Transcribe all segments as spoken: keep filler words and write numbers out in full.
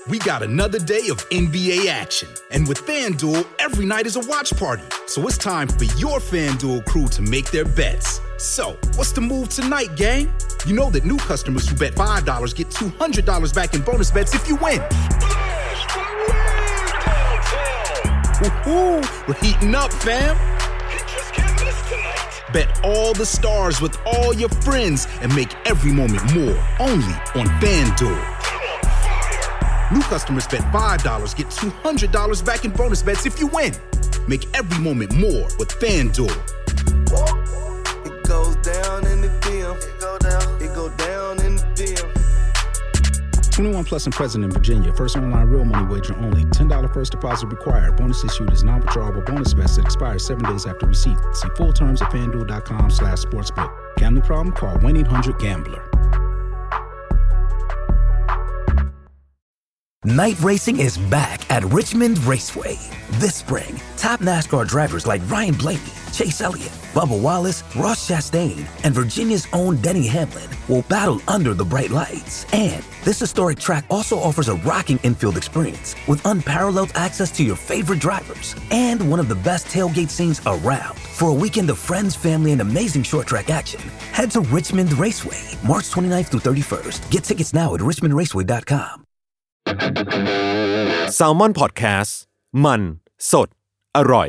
We got another day of N B A action. And with FanDuel, every night is a watch party. So it's time for your FanDuel crew to make their bets. So, what's the move tonight, gang? You know that new customers who bet five dollars get two hundred dollars back in bonus bets if you win. Woohoo! We're heating up, fam. Bet all the stars with all your friends and make every moment more only on FanDuel. New customers bet five dollars get two hundred dollars back in bonus bets if you win. Make every moment more with FanDuel. It goes down in the D M. It go down. It go down in the D M. twenty-one plus and present in Virginia. First online real money wager only. ten dollars first deposit required. Bonus issued is non-withdrawable bonus bets that expires seven days after receipt. See full terms at FanDuel.com slash sportsbook. Gambling problem? Call one eight hundred gambler. Night racing is back at Richmond Raceway. This spring, top NASCAR drivers like Ryan Blaney, Chase Elliott, Bubba Wallace, Ross Chastain, and Virginia's own Denny Hamlin will battle under the bright lights. And this historic track also offers a rocking infield experience with unparalleled access to your favorite drivers and one of the best tailgate scenes around. For a weekend of friends, family, and amazing short track action, head to Richmond Raceway, March twenty-ninth through thirty-first. Get tickets now at richmond raceway dot com. Salmon Podcast มันสดอร่อย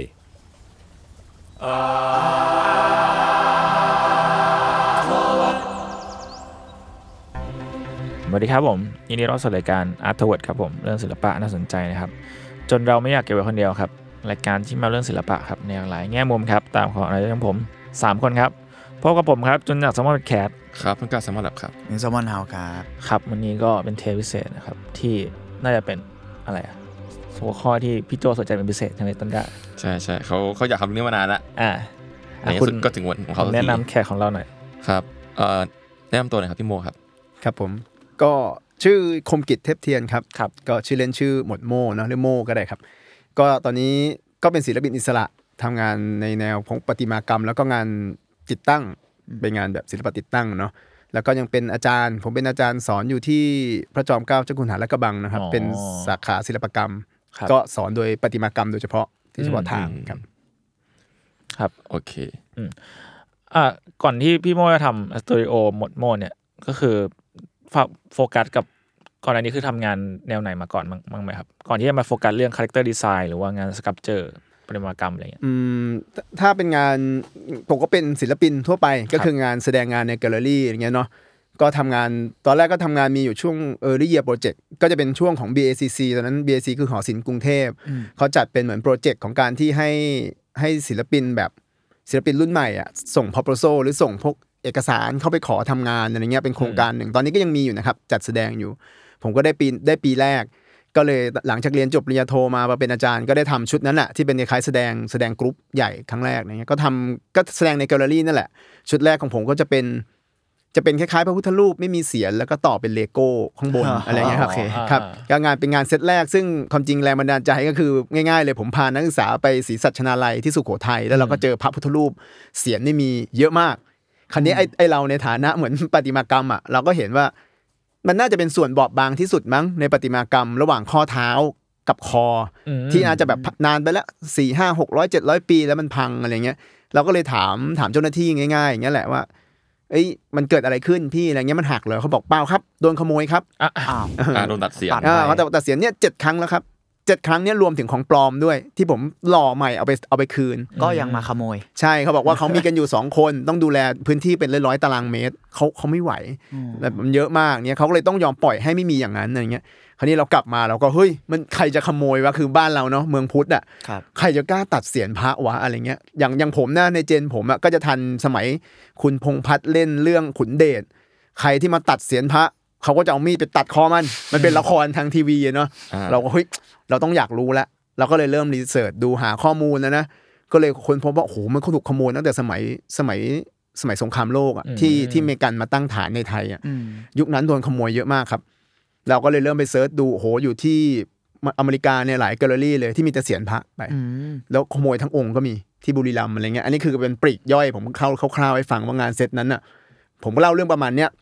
สวัสดีครับผมยินดีต้อนรับสู่รายการ Artwork ครับผมเรื่องศิลปะน่าสนใจนะครับจนเราไม่อยากเก็บไว้คนเดียวครับรายการที่มาเรื่องศิลปะครับในหลายแง่มุมครับตามของอะไรของผมสามคนครับพบกับผมครับจนจาก Salmon Podcast ครับต้นกล้า Salmon Lab ครับนี่ Salmon House ครับครับวันนี้ก็เป็นเทปพิเศษนะครับที่น่าจะเป็นอะไรอ่ะหัวข้อที่พี่โจสนใจเป็นพิเศษใช่ไหมต้นกล้าใช่ๆเขาเขาอยากทำเรื่องนี้มานานละอ่าคุณก็ถึงวันของเขาแนะนำแขกของเราหน่อยครับเอ่อแนะนำตัวหน่อยครับพี่โมครับครับผมก็ชื่อคมกิจเทพเทียนครับครับก็ชื่อเล่นชื่อหมวดโม่เนาะเรียกโม่ก็ได้ครับก็ตอนนี้ก็เป็นศิลปินอิสระทำงานในแนวของประติมากรรมแล้วก็งานติดตั้งเป็นงานแบบศิลปะติดตั้งเนาะแล้วก็ยังเป็นอาจารย์ผมเป็นอาจารย์สอนอยู่ที่พระจอมเกล้าเจ้าคุณทหารลาดกระบังนะครับเป็นสาขาศิลปกรรมก็สอนโดยประติมากรรมโดยเฉพาะที่เฉพาะทางครับครับโอเคอืมอ่าก่อนที่พี่โม่จะทำสตูดิโอหมดโม่เนี่ยก็คือโฟกัสกับก่อนอันนี้คือทำงานแนวไหนมาก่อนบ้างไหมครับก่อนที่จะมาโฟกัสเรื่องคาแรคเตอร์ดีไซน์หรือว่างานสคัลปเจอร์ประติมากรรมอะไรเงี้ยอืมถ้าเป็นงานผมก็เป็นศิลปินทั่วไปก็คืองานแสดงงานในแกลเลอรี่อย่างเงี้ยเนาะก็ทำงานตอนแรกก็ทำงานมีอยู่ช่วง Early Year Project ก็จะเป็นช่วงของ บี เอ ซี ซี ตอนนั้น บี เอ ซี คือหอศิลป์กรุงเทพเขาจัดเป็นเหมือนโปรเจกต์ของการที่ให้ให้ศิลปินแบบศิลปินรุ่นใหม่อ่ะส่ง proposal หรือส่งพวกเอกสารเข้าไปขอทำงานอะไรเงี้ยเป็นโครงการหนึ่งตอนนี้ก็ยังมีอยู่นะครับจัดแสดงอยู่ผมก็ได้ปีได้ปีแรกก็เลยหลังจากเรียนจบปริญญาโทมามาเป็นอาจารย์ก็ได้ทำชุดนั้นแหละที่เป็นคล้ายๆแสดงแสดงกรุ๊ปใหญ่ครั้งแรกอะไรเงี้ยก็ทำก็แสดงในแกลเลอรี่นั่นแหละชุดแรกของผมก็จะเป็นจะเป็นคล้ายๆพระพุทธรูปไม่มีเสียรแล้วก็ต่อเป็นเลโก้ข้างบน อะไรเงี้ยครับครับก็งานเป็นงานเซตแรกซึ่งความจริงแรงบันดาลใจก็คือง่ายๆเลยผมพานักศึกษาไปศรีสัชนาลัยที่สุโขทัยแล้วเราก็เจอพระพุทธรูปเสียรนี่มีเยอะมากคราวนี้ไอ้ไอ้เราในฐานะเหมือนประติมากรรมอ่ะเราก็เห็นว่ามันน่าจะเป็นส่วนบอบบางที่สุดมั้งในประติมากรรมระหว่างข้อเท้ากับคอที่น่าจะแบบนานไปแล้วสี่ ห้า หกร้อย เจ็ดร้อยปีแล้วมันพังอะไรเงี้ยเราก็เลยถามถามเจ้าหน้าที่ง่ายๆอย่างเงี้ยแหละว่าเอ้ยมันเกิดอะไรขึ้นพี่อะไรเงี้ยมันหักเลยเขาบอกเปล่าครับโดนขโมยครับอ้าวอ่าโดนตัดเสียงอ่าเขาตัดเสียงเนี่ยเจ็ดครั้งแล้วครับเจ็ดครั้งเนี่ยรวมถึงของปลอมด้วยที่ผมหล่อใหม่เอาไปเอาไปคืนก็ยังมาขโมยใช่เขาบอกว่าเขามีกันอยู่สองคนต้องดูแลพื้นที่เป็นร้อยๆตารางเมตรเขาเขาไม่ไหวแบบมันเยอะมากเนี่ยเขาก็เลยต้องยอมปล่อยให้ไม่มีอย่างนั้นอะไรเงี้ยคราวนี้เรากลับมาเราก็เฮ้ยมันใครจะขโมยวะคือบ้านเราเนาะเมืองพุทธอ่ะใครจะกล้าตัดเสียรพระวะอะไรเงี้ยอย่างอย่างผมนะในเจนผมอ่ะก็จะทันสมัยคุณพงษ์พัฒน์เล่นเรื่องขุนเดชใครที่มาตัดเสียรพระเขาก็จะเอามีดไปตัดคอมันมันเป็นละครทางทีวีเนาะเราก็เฮ้ยเราต้องอยากรู้แล้วเราก็เลยเริ่มรีเสิร์ชดูหาข้อมูลแล้วนะก็เลยค้นพบว่าโอ้โหมันถูกขโมยตั้งแต่สมัยสมัยสมัยสงครามโลกอ่ะที่ที่อเมริกันมาตั้งฐานในไทยอ่ะยุคนั้นโดนขโมยเยอะมากครับเราก็เลยเริ่มไปเสิร์ชดูโอ้โหอยู่ที่อเมริกาเนี่ยหลายแกลเลอรี่เลยที่มีแต่เสียรพระไปแล้วขโมยทั้งองค์ก็มีที่บุรีรัมย์อะไรเงี้ยอันนี้คือเป็นปลีกย่อยผมเข้าคร่าวๆให้ฟังว่างานเซตนั้นอ่ะผมก็เล่าเรื่องประมาณเนี้ย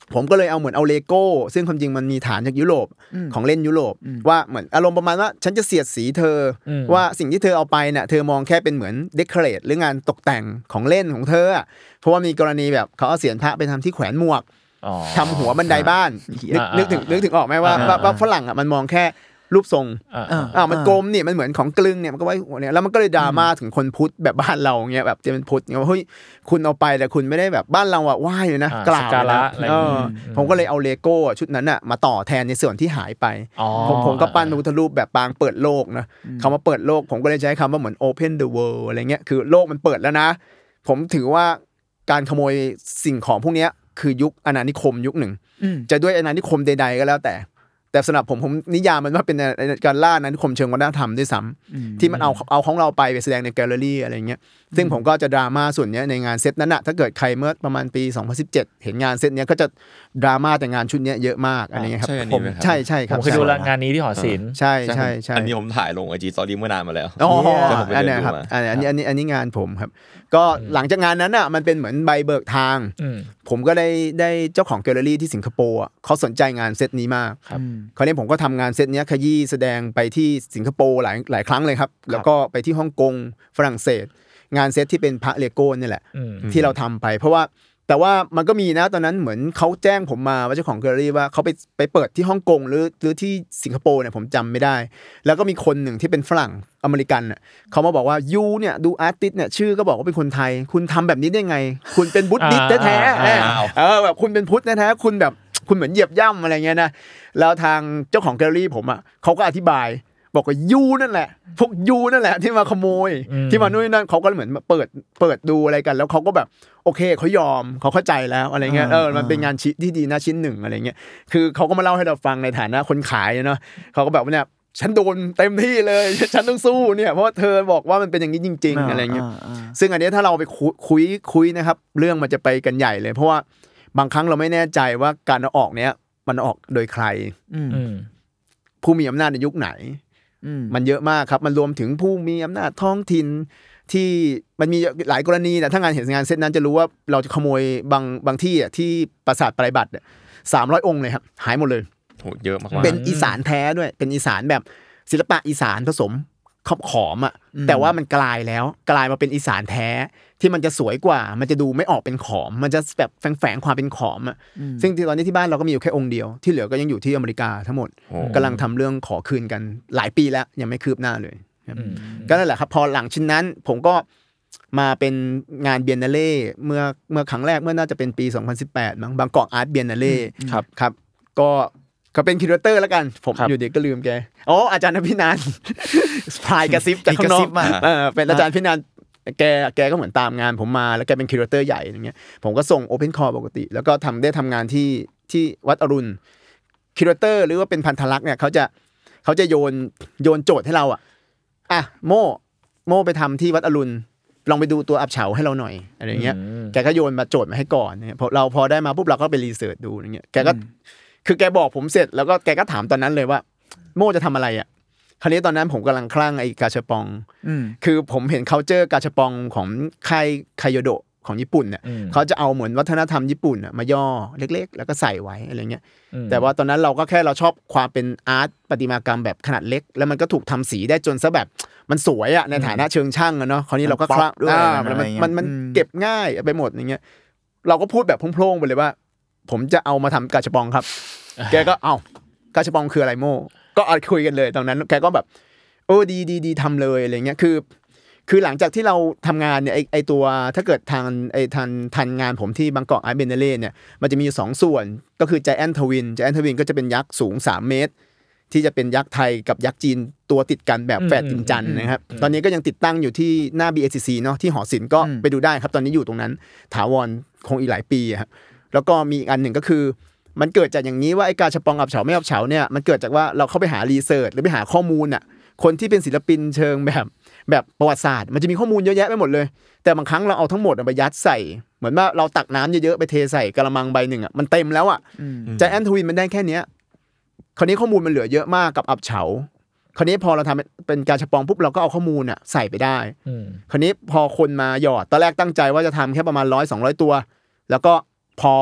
ผมก็เลยเอาเหมือนเอาเลโก้ซึ่งความจริงมันมีฐานจากยุโรปของเล่นยุโรปว่าเหมือนอารมณ์ประมาณว่าฉันจะเสียดสีเธอว่าสิ่งที่เธอเอาไปเนี่ยเธอมองแค่เป็นเหมือนเดคอเรทหรืองานตกแต่งของเล่นของเธอเพราะว่ามีกรณีแบบเขาเอาเสียนพระไปทำที่แขวนหมวกทำหัวบันไดบ้านนึกถึงนึกถึงออกไหมว่าว่าฝรั่งอ่ะมันมองแค่รูปทรงอ่ามันกลมนี่มันเหมือนของกลึงเนี่ยมันก็ไว้หัวเนี่ยแล้วมันก็เลยดราม่าถึงคนพุทธแบบบ้านเราเงี้ยแบบจะเป็นพุทธเงี้ยว่าเฮ้ยคุณเอาไปแต่คุณไม่ได้แบบบ้านเราอ่ะไหว้เลยนะกราบนะผมก็เลยเอาเลโก้ชุดนั้นอ่ะมาต่อแทนในส่วนที่หายไปผมผมก็ปั้นพระพุทธรูปแบบปางเปิดโลกนะคำว่าเปิดโลกผมก็เลยใช้คำว่าเหมือน open the world อะไรเงี้ยคือโลกมันเปิดแล้วนะผมถือว่าการขโมยสิ่งของพวกนี้คือยุคอาณานิคมยุคหนึ่งจะด้วยอาณานิคมใดๆก็แล้วแต่แต่สำหรับผมผมนิยามมันว่าเป็นการล่าอาณานิคมเชิงวัฒนธรรมด้วยซ้ำที่มันเอาเอาของเราไปไปแสดงในแกลเลอรี่อะไรเงี้ยซึ่งผมก็จะดราม่าส่วนนี้ในงานเซตนั้นน่ะถ้าเกิดใครเมื่อประมาณปีสองพันสิบเจ็ดเห็นงานเซตนี้ก็จะดราม่าแต่งานชุดนี้เยอะมากอะไรเงี้ยครับผมใช่ใช่ครับผมเคยดูงานนี้ที่หอศิลป์ใช่ใช่ใช่อันนี้ผมถ่ายลง ไอ จี Story เมื่อนานมาแล้วอ๋ออันนี้ครับอันนี้อันนี้อันนี้งานผมครับก็หลังจากงานนั้นน่ะมันเป็นเหมือนใบเบิกทางผมก็ได้ได้เจ้าของแกลเลอรี่ที่สิงคโปร์อ่ะเขาสนใจงานเซตนี้มากคราวนี้ผมก็ทำงานเซตนี้ขยี้แสดงไปที่สิงคโปร์หลายหลายครั้งเลยครับแล้วก็ไปที่ฮ่องกงฝรั่งเศสงานเซตที่เป็นพระเลโก้นี่แหละที่เราทำไปเพราะว่าแต่ว่ามันก็มีนะตอนนั้นเหมือนเขาแจ้งผมมาว่าเจ้าของแกลเลอรี่ว่าเขาไปไปเปิดที่ฮ่องกงหรือหรือที่สิงคโปร์เนี่ยผมจำไม่ได้แล้วก็มีคนหนึ่งที่เป็นฝรั่งอเมริกันน่ะเขามาบอกว่ายูเนี่ยดูอาร์ติสต์เนี่ยชื่อก็บอกว่าเป็นคนไทยคุณทำแบบนี้ได้ไงคุณเป็นบุตติสต์แท้ๆเออแบบคุณเป็นพุทธแท้ๆคุณแบบคุณเหมือนเหยียบย่ำอะไรเงี้ยนะแล้วทางเจ้าของแกลเลอรี่ผมอ่ะเขาก็อธิบายบอกว่ายูนั่นแหละพวกยูนั่นแหละที่มาขโมยที่มานู่นนั่นเขาก็เหมือนเปิดเปิดดูอะไรกันแล้วเขาก็แบบโอเคเขายอมเขาเข้าใจแล้วอะไรเงี้ยเออมันเป็นงานชิ้นที่ดีนะชิ้นหนึ่งอะไรเงี้ยคือเขาก็มาเล่าให้เราฟังในฐานะคนขายเนาะเขาก็แบบว่าเนี่ยฉันโดนเต็มที่เลยฉันต้องสู้เนี่ยเพราะเธอบอกว่ามันเป็นอย่างนี้จริงๆอะไรเงี้ยซึ่งอันนี้ถ้าเราไปคุยคุยนะครับเรื่องมันจะไปกันใหญ่เลยเพราะว่าบางครั้งเราไม่แน่ใจว่าการเอาออกเนี้ยมันออกโดยใครผู้มีอำนาจในยุคไหนมันเยอะมากครับมันรวมถึงผู้มีอำนาจท้องถิ่นที่มันมีหลายกรณีแต่ถ้างานเห็นงานเซตนั้นจะรู้ว่าเราจะขโมยบางบางที่อ่ะที่ปราสาทไตรบัตรสามร้อยองค์เลยครับหายหมดเลยโหเยอะมากๆเป็นอีสานแท้ด้วยเป็นอีสานแบบศิลปะอีสานผสมขอบขอมอ่ะแต่ว่ามันกลายแล้วกลายมาเป็นอีสานแท้ที่มันจะสวยกว่ามันจะดูไม่ออกเป็นขอมมันจะแบบแฝงๆความเป็นขอมอ่ะซึ่งตอนนี้ที่บ้านเราก็มีอยู่แค่องค์เดียวที่เหลือก็ยังอยู่ที่อเมริกาทั้งหมดกำลังทำเรื่องขอคืนกันหลายปีแล้วยังไม่คืบหน้าเลยก็นั่นแหละครับพอหลังชิ้นนั้นผมก็มาเป็นงานเบียนนาเล่เมื่อเมื่อครั้งแรกเมื่อน่าจะเป็นปีสองพันสิบแปดมั้งบางกอกอาร์ตเบียนนาเล่ครับครับก็ก็เป็นคิวเรเตอร์แล้วกันผมอยู่เด็กก็ลืมแกอ๋ออาจารย์พินันท์พลายกระซิบจากข้างนอกเออเป็นอาจารย์พินันท์แกแกก็เหมือนตามงานผมมาแล้วแกเป็นคิวเรเตอร์ใหญ่อย่างเงี้ยผมก็ส่งโอเพนคอร์ปกติแล้วก็ทำได้ทำงานที่ที่วัดอรุณคิวเรเตอร์หรือว่าเป็นพันธลักษณ์เนี่ยเขาจะเขาจะโยนโยนโจทย์ให้เราอ่ะอ่ะโม่โม่ไปทำที่วัดอรุณลองไปดูตัวอับเฉาให้เราหน่อยอะไรเงี้ยแกก็โยนมาโจทย์มาให้ก่อนเนี่ยพอเราพอได้มาปุ๊บเราก็ไปรีเสิร์ชดูอย่างเงี้ยแกก็คือแกบอกผมเสร็จแล้วก็แกก็ถามตอนนั้นเลยว่าโม่จะทำอะไรอ่ะคราวนี้ตอนนั้นผมกำลังคลั่งไอ้กาชาปองคือผมเห็น culture กาชาปองของค่ายไคโยโดะของญี่ปุ่นเนี่ยเขาจะเอาเหมือนวัฒนธรรมญี่ปุ่นอ่ะมาย่อเล็กๆแล้วก็ใส่ไว้อะไรเงี้ยแต่ว่าตอนนั้นเราก็แค่เราชอบความเป็นอาร์ตประติมากรรมแบบขนาดเล็กแล้วมันก็ถูกทำสีได้จนซะแบบมันสวยอ่ะในฐานะเชิงช่างอ่ะเนาะคราวนี้เราก็คลั่งอ่ามันมันมันเก็บง่ายไปหมดอย่างเงี้ยเราก็พูดแบบโพล่งๆไปเลยว่าผมจะเอามาทำกาชาปองครับแกก็เอ้ากาชาปองคืออะไรโม่ก็เอาคุยกันเลยตอนนั้นแกก็แบบโอ้ดีดีดีทำเลยอะไรเงี้ยคือคือหลังจากที่เราทำงานเนี่ยไอไอตัวถ้าเกิดทางไอทันทันงานผมที่บางกอกอาร์ตเบนเนเล่เนี่ยมันจะมีอยู่สองส่วนก็คือ Giant Twin Giant Twin ก็จะเป็นยักษ์สูงสามเมตรที่จะเป็นยักษ์ไทยกับยักษ์จีนตัวติดกันแบบแฝดจินจันนะครับตอนนี้ก็ยังติดตั้งอยู่ที่หน้า บี เอ ซี ซี เนาะที่หอศิลป์ก็ไปดูได้ครับตอนนี้อยู่ตรงนั้นถาวรคงอีกหลายปีครับแล้วก็มีอีกอันหนึ่งก็คือมันเกิดจากอย่างนี้ว่าไอ้กาชาปองอับเฉาไม่อับเฉาเนี่ยมันเกิดจากว่าเราเข้าไปหารีเสิร์ชหรือไปหาข้อมูลน่ะคนที่เป็นศิลปินเชิงแบบแบบประวัติศาสตร์มันจะมีข้อมูลเยอะแยะไปหมดเลยแต่บางครั้งเราเอาทั้งหมดไปยัดใส่เหมือนว่าเราตักน้ำเยอะๆไปเทใส่กะละมังใบหนึ่งอ่ะมันเต็มแล้วอ่ะใจแอนทวินมันได้แค่เนี้ยคราวนี้ข้อมูลมันเหลือเยอะมากกับอับเฉาคราวนี้พอเราทำเป็นกาชาปองปุ๊บเราก็เอาข้อมูลอ่ะใส่ไปได้คราวนี้พอคนมาหยอดตอนแรกตั้งใจว่าจะทำแค่ประมาณร้อยสองร้อยตัวแล้วก็พอ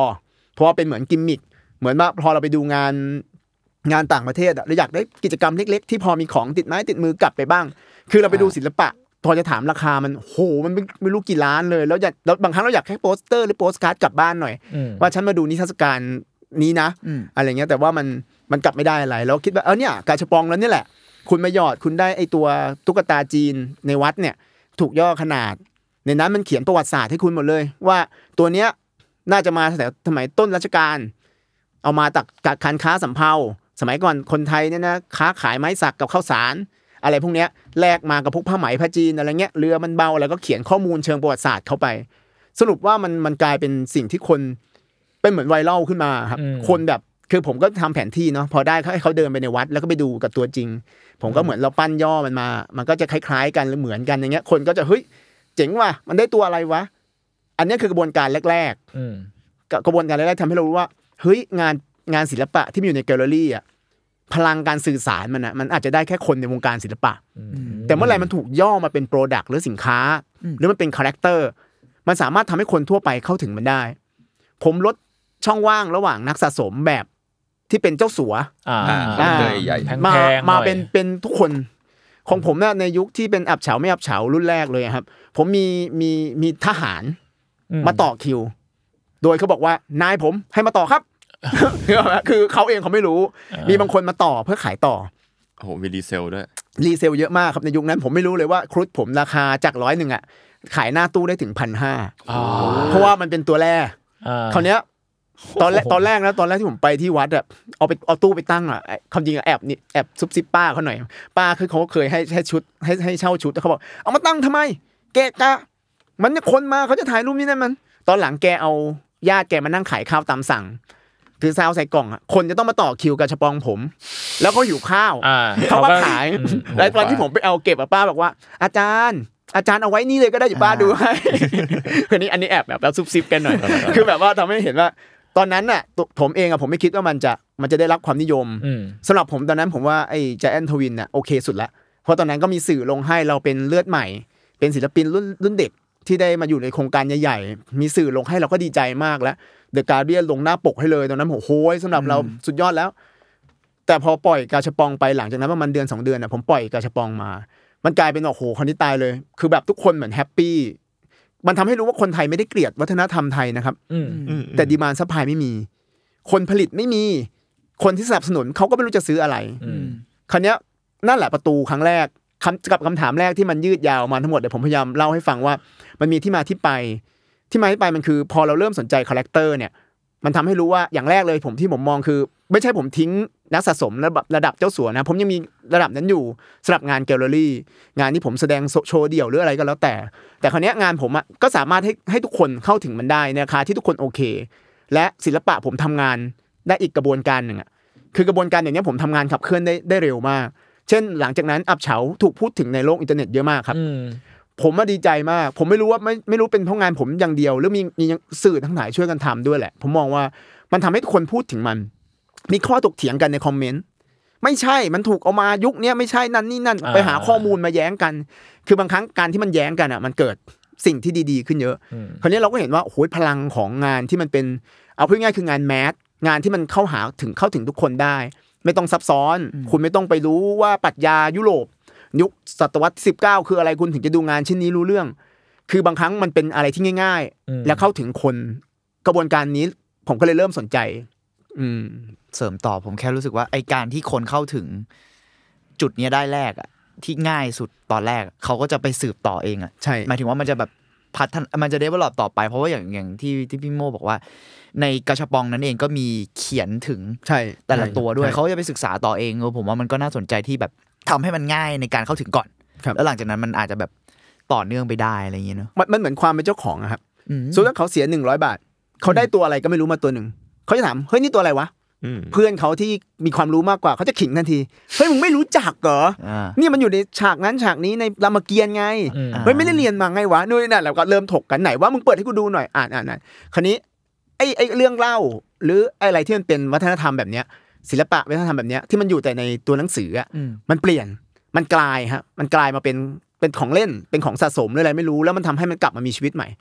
เพราะว่าเป็นเหมือนกิมมิคเหมือนว่าพอเราไปดูงานงานต่างประเทศเราอยากได้กิจกรรมเล็กๆที่พอมีของติดไม้ติดมือกลับไปบ้างคือเราไปดูศิลปะพอจะถามราคามันโหมันไม่รู้กี่ล้านเลยแล้วอยากแล้วบางครั้งเราอยากแค่โปสเตอร์หรือโปสการ์ดกลับบ้านหน่อยว่าฉันมาดูนิทรรศการนี้นะอะไรเงี้ยแต่ว่ามันมันกลับไม่ได้อะไรแล้วคิดว่าเออเนี่ยกาชาปองแล้วนี่แหละคุณมาหยอดคุณได้ไอตัวตุ๊กตาจีนในวัดเนี่ยถูกย่อขนาดในนั้นมันเขียนประวัติศาสตร์ให้คุณหมดเลยว่าตัวเนี้ยน่าจะมาแต่สมัยต้นรัชกาลเอามาจากการค้าสำเภาสมัยก่อนคนไทยเนี่ยนะค้าขายไม้สักกับข้าวสารอะไรพวกเนี้ยแลกมากับพวกผ้าไหมผ้าจีนอะไรเงี้ยเรือมันเบาแล้วก็เขียนข้อมูลเชิงประวัติศาสตร์เข้าไปสรุปว่ามันมันกลายเป็นสิ่งที่คนเป็นเหมือนไวรัลขึ้นมาครับคนแบบคือผมก็ทำแผนที่เนาะพอได้ให้เขาเดินไปในวัดแล้วก็ไปดูกับตัวจริงผมก็เหมือนเราปั้นย่อมันมามันก็จะคล้ายๆกันหรือเหมือนกันอย่างเงี้ยคนก็จะเฮ้ยเจ๋งว่ะมันได้ตัวอะไรวะอันนี้คือกระบวนการแรกๆกระบวนการแรกๆทำให้เรารู้ว่าเฮ้ยงานงานศิลปะที่มีอยู่ในแกลเลอรี่อ่ะพลังการสื่อสารมันอ่ะมันอาจจะได้แค่คนในวงการศิลปะแต่เมื่อไหร่มันถูกย่อมาเป็นโปรดักต์หรือสินค้าหรือมันเป็นคาแรคเตอร์มันสามารถทำให้คนทั่วไปเข้าถึงมันได้ผมลดช่องว่างระหว่างนักสะสมแบบที่เป็นเจ้าสัวอ่าใหญ่ๆมามาเป็นเป็นทุกคนของผมเนี่ยในยุคที่เป็นอับเฉาไม่อับเฉารุ่นแรกเลยครับผมมีมีมีทหารมาต่อคิวโดยเขาบอกว่านายผมให้มาต่อครับคือเขาเองเขาไม่รู้มีบางคนมาต่อเพื่อขายต่อโอ้โหมีรีเซลด้วยรีเซลเยอะมากครับในยุคนั้นผมไม่รู้เลยว่าครุฑผมราคาจากร้อยหนึ่งอ่ะขายหน้าตู้ได้ถึงพันห้าเพราะว่ามันเป็นตัวแรกคราวเนี้ยตอนแรกตอนแรกนะตอนแรกที่ผมไปที่วัดอ่ะเอาไปเอาตู้ไปตั้งอ่ะความจริงแอบนี่แอบซุบซิบป้าเขาหน่อยป้าคือเขาเคยให้ให้ชุดให้ให้เช่าชุดแล้วเขาบอกเอามาตั้งทำไมแกกะมันเนี่ยคนมาเขาจะถ่ายรูปนี่นั่นมันตอนหลังแกเอาญาติแกมานั่งขายข้าวตามสั่งคือซาวใส่กล่องอ่ะคนจะต้องมาต่อคิวกับชะปองผมแล้วเขาหิวข้าวเขามาขายแล้วตอนที่ผมไปเอาเก็บอ่ะป้าบอกว่าอาจารย์อาจารย์เอาไว้นี่เลยก็ได้อยู่ป้าดูให้คือนี้อันนี้แอบแบบแล้วซุบซิบกันหน่อยคือแบบว่าทำให้เห็นว่าตอนนั้นน่ะผมเองอ่ะผมไม่คิดว่ามันจะมันจะได้รับความนิยมสำหรับผมตอนนั้นผมว่าไอ้ Giant Twin น่ะโอเคสุดละเพราะตอนนั้นก็มีสื่อลงให้เราเป็นเลือดใหม่เป็นศิลปินรุ่นรุ่นเด็กที่ได้มาอยู่ในโครงการใหญ่ๆมีสื่อลงให้เราก็ดีใจมากแล้ว The Guardian ลงหน้าปกให้เลยตอนนั้นโอ้โหสำหรับเราสุดยอดแล้วแต่พอปล่อยกาชาปองไปหลังจากนั้นประมาณเดือนสองเดือนน่ะผมปล่อยกาชาปองมามันกลายเป็นโอ้โหคนที่ตายเลยคือแบบทุกคนเหมือนแฮปปี้มันทำให้รู้ว่าคนไทยไม่ได้เกลียดวัฒนธรรมไทยนะครับแต่ดีมานด์ซัพพลายไม่มีคนผลิตไม่มีคนที่สนับสนุนเขาก็ไม่รู้จะซื้ออะไรคราวเนี้ยนั่นแหละประตูครั้งแรกคำกับคำถามแรกที่มันยืดยาวมาทั้งหมดเดี๋ยวผมพยายามเล่าให้ฟังว่ามันมีที่มาที่ไปที่มาที่ไปมันคือพอเราเริ่มสนใจคาแรคเตอร์เนี่ยมันทำให้รู้ว่าอย่างแรกเลยผมที่ผมมองคือไม่ใช่ผมทิ้งนักสะสมระดับระดับเจ้าสัวนะผมยังมีระดับนั้นอยู่สำหรับงานแกลเลอรี่งานที่ผมแสดงโชว์เดี่ยวหรืออะไรก็แล้วแต่แต่คราวนี้งานผมอ่ะก็สามารถให้ให้ทุกคนเข้าถึงมันได้ในราคาที่ทุกคนโอเคและศิลปะผมทำงานได้อีกกระบวนการหนึ่งอ่ะคือกระบวนการอย่างนี้ผมทำงานขับเคลื่อนได้ได้เร็วมากเช่นหลังจากนั้นอับเฉาถูกพูดถึงในโลกอินเทอร์เน็ตเยอะมากครับผมมาดีใจมากผมไม่รู้ว่าไม่ไม่รู้เป็นเพราะงานผมอย่างเดียวหรือมีมีสื่อทั้งหลายช่วยกันทำด้วยแหละผมมองว่ามันทำให้ทุกคนพูดถึงมันมีข้อถกเถียงกันในคอมเมนต์ไม่ใช่มันถูกเอามายุคนี้ไม่ใช่นั่นนี่นั่นไปหาข้อมูลมาแย้งกันคือบางครั้งการที่มันแย้งกันอ่ะมันเกิดสิ่งที่ดีๆขึ้นเยอะคราวนี้เราก็เห็นว่าโอ้โหพลังของงานที่มันเป็นเอาพูดง่ายคืองานแมสงานที่มันเข้าหาถึงเข้าถึงทุกคนได้ไม่ต้องซับซ้อนคุณไม่ต้องไปรู้ว่าปรัชญายุโรปยุคศตวรรษที่สิบเก้าคืออะไรคุณถึงจะดูงานชิ้นนี้รู้เรื่องคือบางครั้งมันเป็นอะไรที่ง่ายๆและเข้าถึงคนกระบวนการนี้ผมก็เลยเริ่มสนใจอืมเสริมต่อผมแค่รู้สึกว่าไอการที่คนเข้าถึงจุดนี้ได้แรกอ่ะที่ง่ายสุดตอนแรกเขาก็จะไปสืบต่อเองอ่ะใช่หมายถึงว่ามันจะแบบพัฒนามันจะ develop ต่อไปเพราะว่าอย่างอย่างที่ที่พี่โมบอกว่าในกระชับปองนั้นเองก็มีเขียนถึงใช่แต่ละตัวด้วยเขาจะไปศึกษาต่อเองเออผมว่ามันก็น่าสนใจที่แบบทำให้มันง่ายในการเข้าถึงก่อนแล้วหลังจากนั้นมันอาจจะแบบต่อเนื่องไปได้อะไรอย่างเงี้ยเนาะมันมันเหมือนความเป็นเจ้าของอะครับสมมุติว่าเขาเสียหนึ่งร้อยบาทเขาได้ตัวอะไรก็ไม่รู้มาตัวหนึ่งเขาจะถามเฮ้ยนี่ตัวอะไรวะเพื่อนเขาที่มีความรู้มากกว่าเขาจะขิงทันทีเฮ้ยมึงไม่รู้จักเหรอนี่มันอยู่ในฉากนั้นฉากนี้ในรามเกียรติ์ไงเฮ้ยไม่ได้เรียนมาไงวะนู่นนั่นแล้วก็เริ่มถกกันไหนว่ามึงเปิดให้กูดูหน่อยอ่านอ่านอ่านคราวนี้ไอ้ไอ้เรื่องเล่าหรืออะไรที่มันเป็นวัฒนธรรมแบบเนี้ยศิลปะวัฒนธรรมแบบเนี้ยที่มันอยู่แต่ในตัวหนังสืออ่ะมันเปลี่ยนมันกลายฮะมันกลายมาเป็นเป็นของเล่นเป็นของสะสมหรืออะไรไม่รู้แล้วมันทำให้มันกลับมามีชีวิตใหม่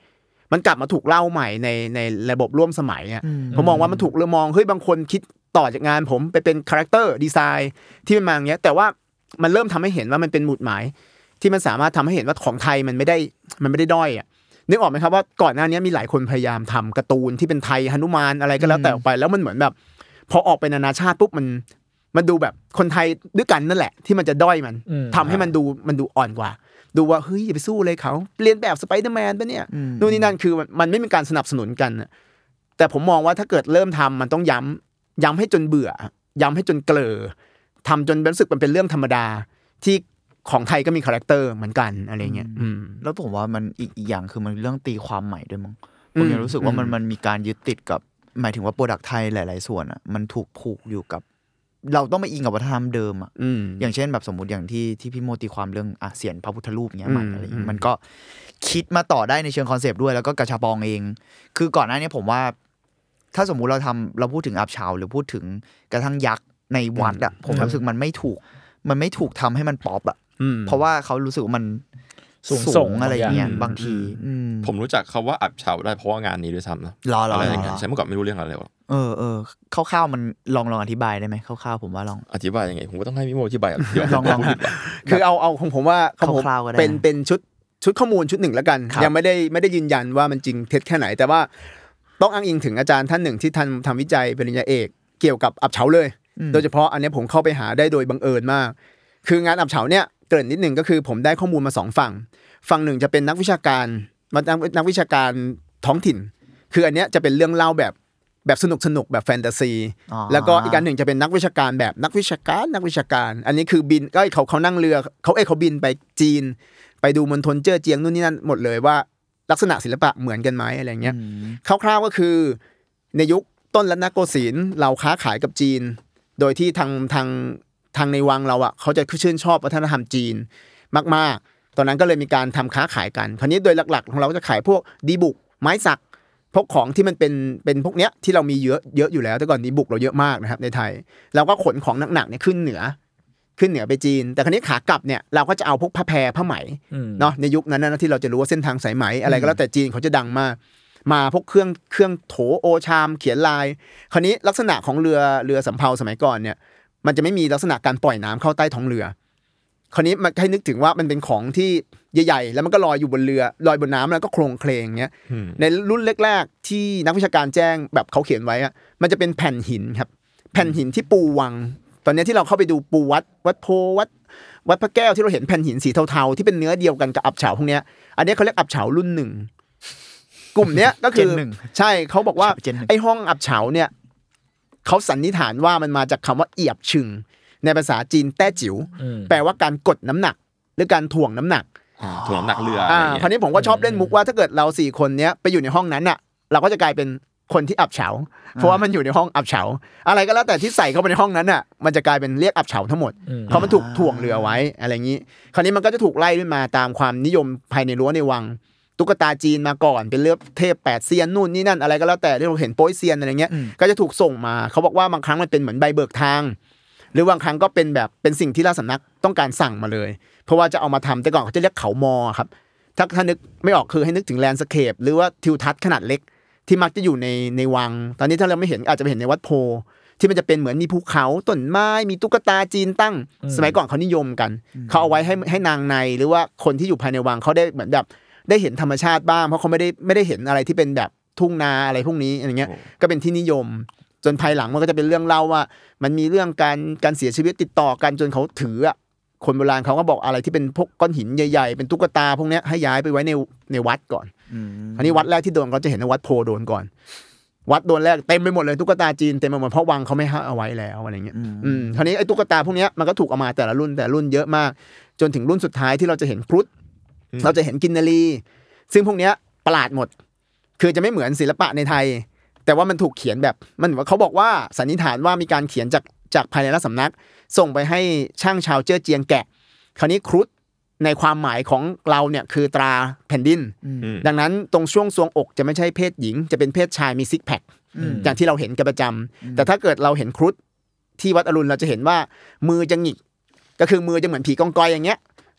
มันกลับมาถูกเล่าใหม่ในในระบบร่วมสมัยอ่ะผมมองว่ามันถูกเรื่องมองเฮ้ยบางคนคิดต่อจากงานผมไปเป็นคาแรคเตอร์ดีไซน์ที่มันมาอย่างเงี้ยแต่ว่ามันเริ่มทำให้เห็นว่ามันเป็นหมุดหมายที่มันสามารถทำให้เห็นว่าของไทยมันไม่ได้มันไม่ได้ด้อยอ่ะนึกออกไหมครับว่าก่อนหน้านี้มีหลายคนพยายามทำการ์ตูนที่เป็นไทยหนุมานอะไรก็แล้วแต่ออกไปแล้วมันเหมือนแบบพอออกไปนานาชาติปุ๊บมันมันดูแบบคนไทยด้วยกันนั่นแหละที่มันจะด้อยมันทำให้มันดูมันดูอ่อนกว่าดูว่าเฮ้ยอย่าไปสู้เลยเขาเรียนแบบสไปเดอร์แมนปะเนี่ยนู่นนี่นั่นคือมันไม่มีการสนับสนุนกันแต่ผมมองว่าถ้าเกิดเริ่มทำมันต้องย้ำย้ำให้จนเบื่อย้ำให้จนเกลอทำจนรู้สึกมันเป็นเรื่องธรรมดาที่ของไทยก็มีคาแรคเตอร์เหมือนกันอะไรเงี้ยแล้วผมว่ามันอีกอีกอย่างคือมันเรื่องตีความใหม่ด้วยมั้งผมยังรู้สึกว่ามันมันมีการยึดติดกับหมายถึงว่าโปรดักต์ไทยหลายๆส่วนอ่ะมันถูกผูกอยู่กับเราต้องไปอิงกับวัฒนธรรมเดิมอ่ะอย่างเช่นแบบสมมุติอย่างที่ที่พี่โมตีความเรื่องอ่ะเสียนพระพุทธรูปเงี้ยมันอะไรมันก็คิดมาต่อได้ในเชิงคอนเซปต์ด้วยแล้วก็กระชาปองเองคือก่อนหน้านี้ผมว่าถ้าสมมุติเราทำเราพูดถึงอับเฉาหรือพูดถึงกระทั่งยักษ์ในวัดอ่ะผมรู้สึกมันไม่ถูกมันไม่ถูกทำให้มันป๊อปอ่ะเพราะว่าเขารู้สึกว่ามันสูงส่งอะไรอย่างเงี้ยบางทีผมรู้จักคำว่าอับเฉาได้เพราะว่างานนี้ด้วยซ้ำนะอะไรอย่างเงี้ยใช่เมื่อก่อนไม่รู้เรื่องอะไรเลยเออเออคร่าวๆมันลองลองอธิบายได้ไหมคร่าวๆผมว่าลองอธิบายยังไงผมก็ต้องให้พี่โมอธิบายลองลองคือเอาเอาของผมว่าของผมเป็นเป็นชุดชุดข้อมูลชุดหนึ่งแล้วกันยังไม่ได้ไม่ได้ยืนยันว่ามันจริงเท็จแค่ไหนแต่ว่าต้องอ้างอิงถึงอาจารย์ท่านหนึ่งที่ท่านทำวิจัยปริญญาเอกเกี่ยวกับอับเฉาเลยโดยเฉพาะอันนี้ผมเข้าไปหาได้โดยบังเอิญมากคืองานอับเฉาเนี่ยเกริ่นนิดนึงก็คือผมได้ข้อมูลมาสองฝั่งฝั่งหนึ่งจะเป็นนักวิชาการนักวิชาการท้องถิ่นคืออันเนี้ยจะเป็นเรื่องเล่าแบบแบบสนุกสนุกแบบแฟนตาซีแล้วก็อีกอันหนึ่งจะเป็นนักวิชาการแบบนักวิชาการนักวิชาการอันนี้คือบินก็เขาเขานั่งเรือเขาเอ้เขาบินไปจีนไปดูมณฑลเจ้อเจียงนู่นนี่นั่นหมดเลยว่าลักษณะศิลปะเหมือนกันไหมอะไรเงี้ยคร่าวๆก็คือในยุคต้นรัตนโกสินทร์เราค้าขายกับจีนโดยที่ทางทางทางในวังเราอ่ะเขาจะชื่นชอบวัฒนธรรมจีนมากๆตอนนั้นก็เลยมีการทำค้าขายกันคราวนี้โดยหลักๆของเราก็จะขายพวกดีบุกไม้สักพวกของที่มันเป็นเป็นพวกเนี้ยที่เรามีเยอะเยอะอยู่แล้วแต่ก่อนดีบุกเราเยอะมากนะครับในไทยเราก็ขนของหนักๆเนี่ยขึ้นเหนือขึ้นเหนือไปจีนแต่คราวนี้ขากลับเนี่ยเราก็จะเอาพวกผ้าแพรผ้าไหมเนาะในยุคนั้นนะที่เราจะรู้ว่าเส้นทางสายไหมอะไรก็แล้วแต่จีนเขาจะดังมากมาพวกเครื่องเครื่องโถโอชามเขียนลายคราวนี้ลักษณะของเรือเรือสำเภาสมัยก่อนเนี่ยมันจะไม่มีลักษณะการปล่อยน้ำเข้าใต้ท้องเรือคราวนี้มันให้นึกถึงว่ามันเป็นของที่ใหญ่ๆแล้วมันก็ลอยอยู่บนเรือลอยบนน้ำแล้วก็โครงเคลงเงี้ยในรุ่นแรกๆที่นักวิชาการแจ้งแบบเขาเขียนไว้อะมันจะเป็นแผ่นหินครับแผ่นหินที่ปูวังตอนนี้ที่เราเข้าไปดูปูวัดวัดโพวัดวัดพระแก้วที่เราเห็นแผ่นหินสีเทาๆที่เป็นเนื้อเดียวกันกับอับเฉาพวกเนี้ยอันนี้เขาเรียกอับเฉารุ่นหนึ่งกลุ่มเนี้ยก็คือใช่เขาบอกว่าไอ้ห้องอับเฉาเนี่ยเขาสันนิษฐานว่ามันมาจากคำว่าเอียบชึงในภาษาจีนแต้จิ๋วแปลว่าการกดน้ำหนักหรือการถ่วงน้ำหนักถ่วงน้ำหนักเรืออ่าคราวนี้ผมก็ชอบเล่นมุกว่าถ้าเกิดเราสี่คนเนี้ยไปอยู่ในห้องนั้นอ่ะเราก็จะกลายเป็นคนที่อับเฉาเพราะว่ามันอยู่ในห้องอับเฉาอะไรก็แล้วแต่ที่ใส่เข้าไปในห้องนั้นอ่ะมันจะกลายเป็นเรียกอับเฉาทั้งหมดเพราะมันถูกถ่วงเรือไว้อะไรอย่างนี้คราวนี้มันก็จะถูกไล่ขึ้นมาตามความนิยมภายในรั้วในวังตุ๊กตาจีนมาก่อนเป็นเรื่องเทพแปดเซียนนู่นนี่นั่นอะไรก็แล้วแต่ที่เราเห็นโป้ยเซียนอะไรเงี้ยก็จะถูกส่งมาเขาบอกว่าบางครั้งมันเป็นเหมือนใบเบิกทางหรือบางครั้งก็เป็นแบบเป็นสิ่งที่ราชสำนักต้องการสั่งมาเลยเพราะว่าจะเอามาทำแต่ก่อนเขาจะเรียกเขามอครับถ้าถ้านึกไม่ออกคือให้นึกถึงแลนด์สเคปหรือว่าทิวทัศน์ขนาดเล็กที่มักจะอยู่ในในวังตอนนี้ถ้าเราไม่เห็นอาจจะไปเห็นในวัดโพที่มันจะเป็นเหมือนมีภูเขาต้นไม้มีตุ๊กตาจีนตั้งสมัยก่อนเขานิยมกันเขาเอาไว้ให้ให้นางในหรือว่าคนที่อยู่ภายในวังเขาได้เหมือนแบบได้เห็นธรรมชาติบ้างเพราะเขาไม่ได้ไม่ได้เห็นอะไรที่เป็นแบบทุ่งนาอะไรพวกนี้อะไรเงี้ยก็เป็นที่นิยมจนภายหลังมันก็จะเป็นเรื่องเล่าว่ามันมีเรื่องการการเสียชีวิตติดต่อกันจนเขาถืออ่ะคนโบราณเขาก็บอกอะไรที่เป็นพวกก้อนหินใหญ่ๆเป็นตุ๊กตาพวกนี้ให้ย้ายไปไว้ในในวัดก่อนอันนี้วัดแรกที่โดนก็จะเห็นในวัดโพโดนก่อนวัดโดนแรกเต็มไปหมดเลยตุ๊กตาจีนเต็มไปหมดเพราะวังเขาไม่ให้เอาไว้แล้วอะไรเงี้ยอืมคราวนี้ไอ้ตุ๊กตาพวกนี้มันก็ถูกเอามาแต่ละรุ่นแต่รุ่นเยอะมากจนถึงรุ่นสุดท้ายที่เราจะเห็นครุฑเราจะเห็นกินนารีซึ่งพวกนี้ประหลาดหมดคือจะไม่เหมือนศิลปะในไทยแต่ว่ามันถูกเขียนแบบมันเขาบอกว่าสันนิษฐานว่ามีการเขียนจากจากภายในราชสำนักส่งไปให้ช่างชาวเจ้อเจียงแกะคราวนี้ครุฑในความหมายของเราเนี่ยคือตราแผ่นดินดังนั้นตรงช่วงทรวงอกจะไม่ใช่เพศหญิงจะเป็นเพศชายมีซิกแพคอย่างที่เราเห็นกันประจำแต่ถ้าเกิดเราเห็นครุฑที่วัดอรุณเราจะเห็นว่ามือจะหงิกก็คือมือจะเหมือนผีกองกอยอย่างเงี้ย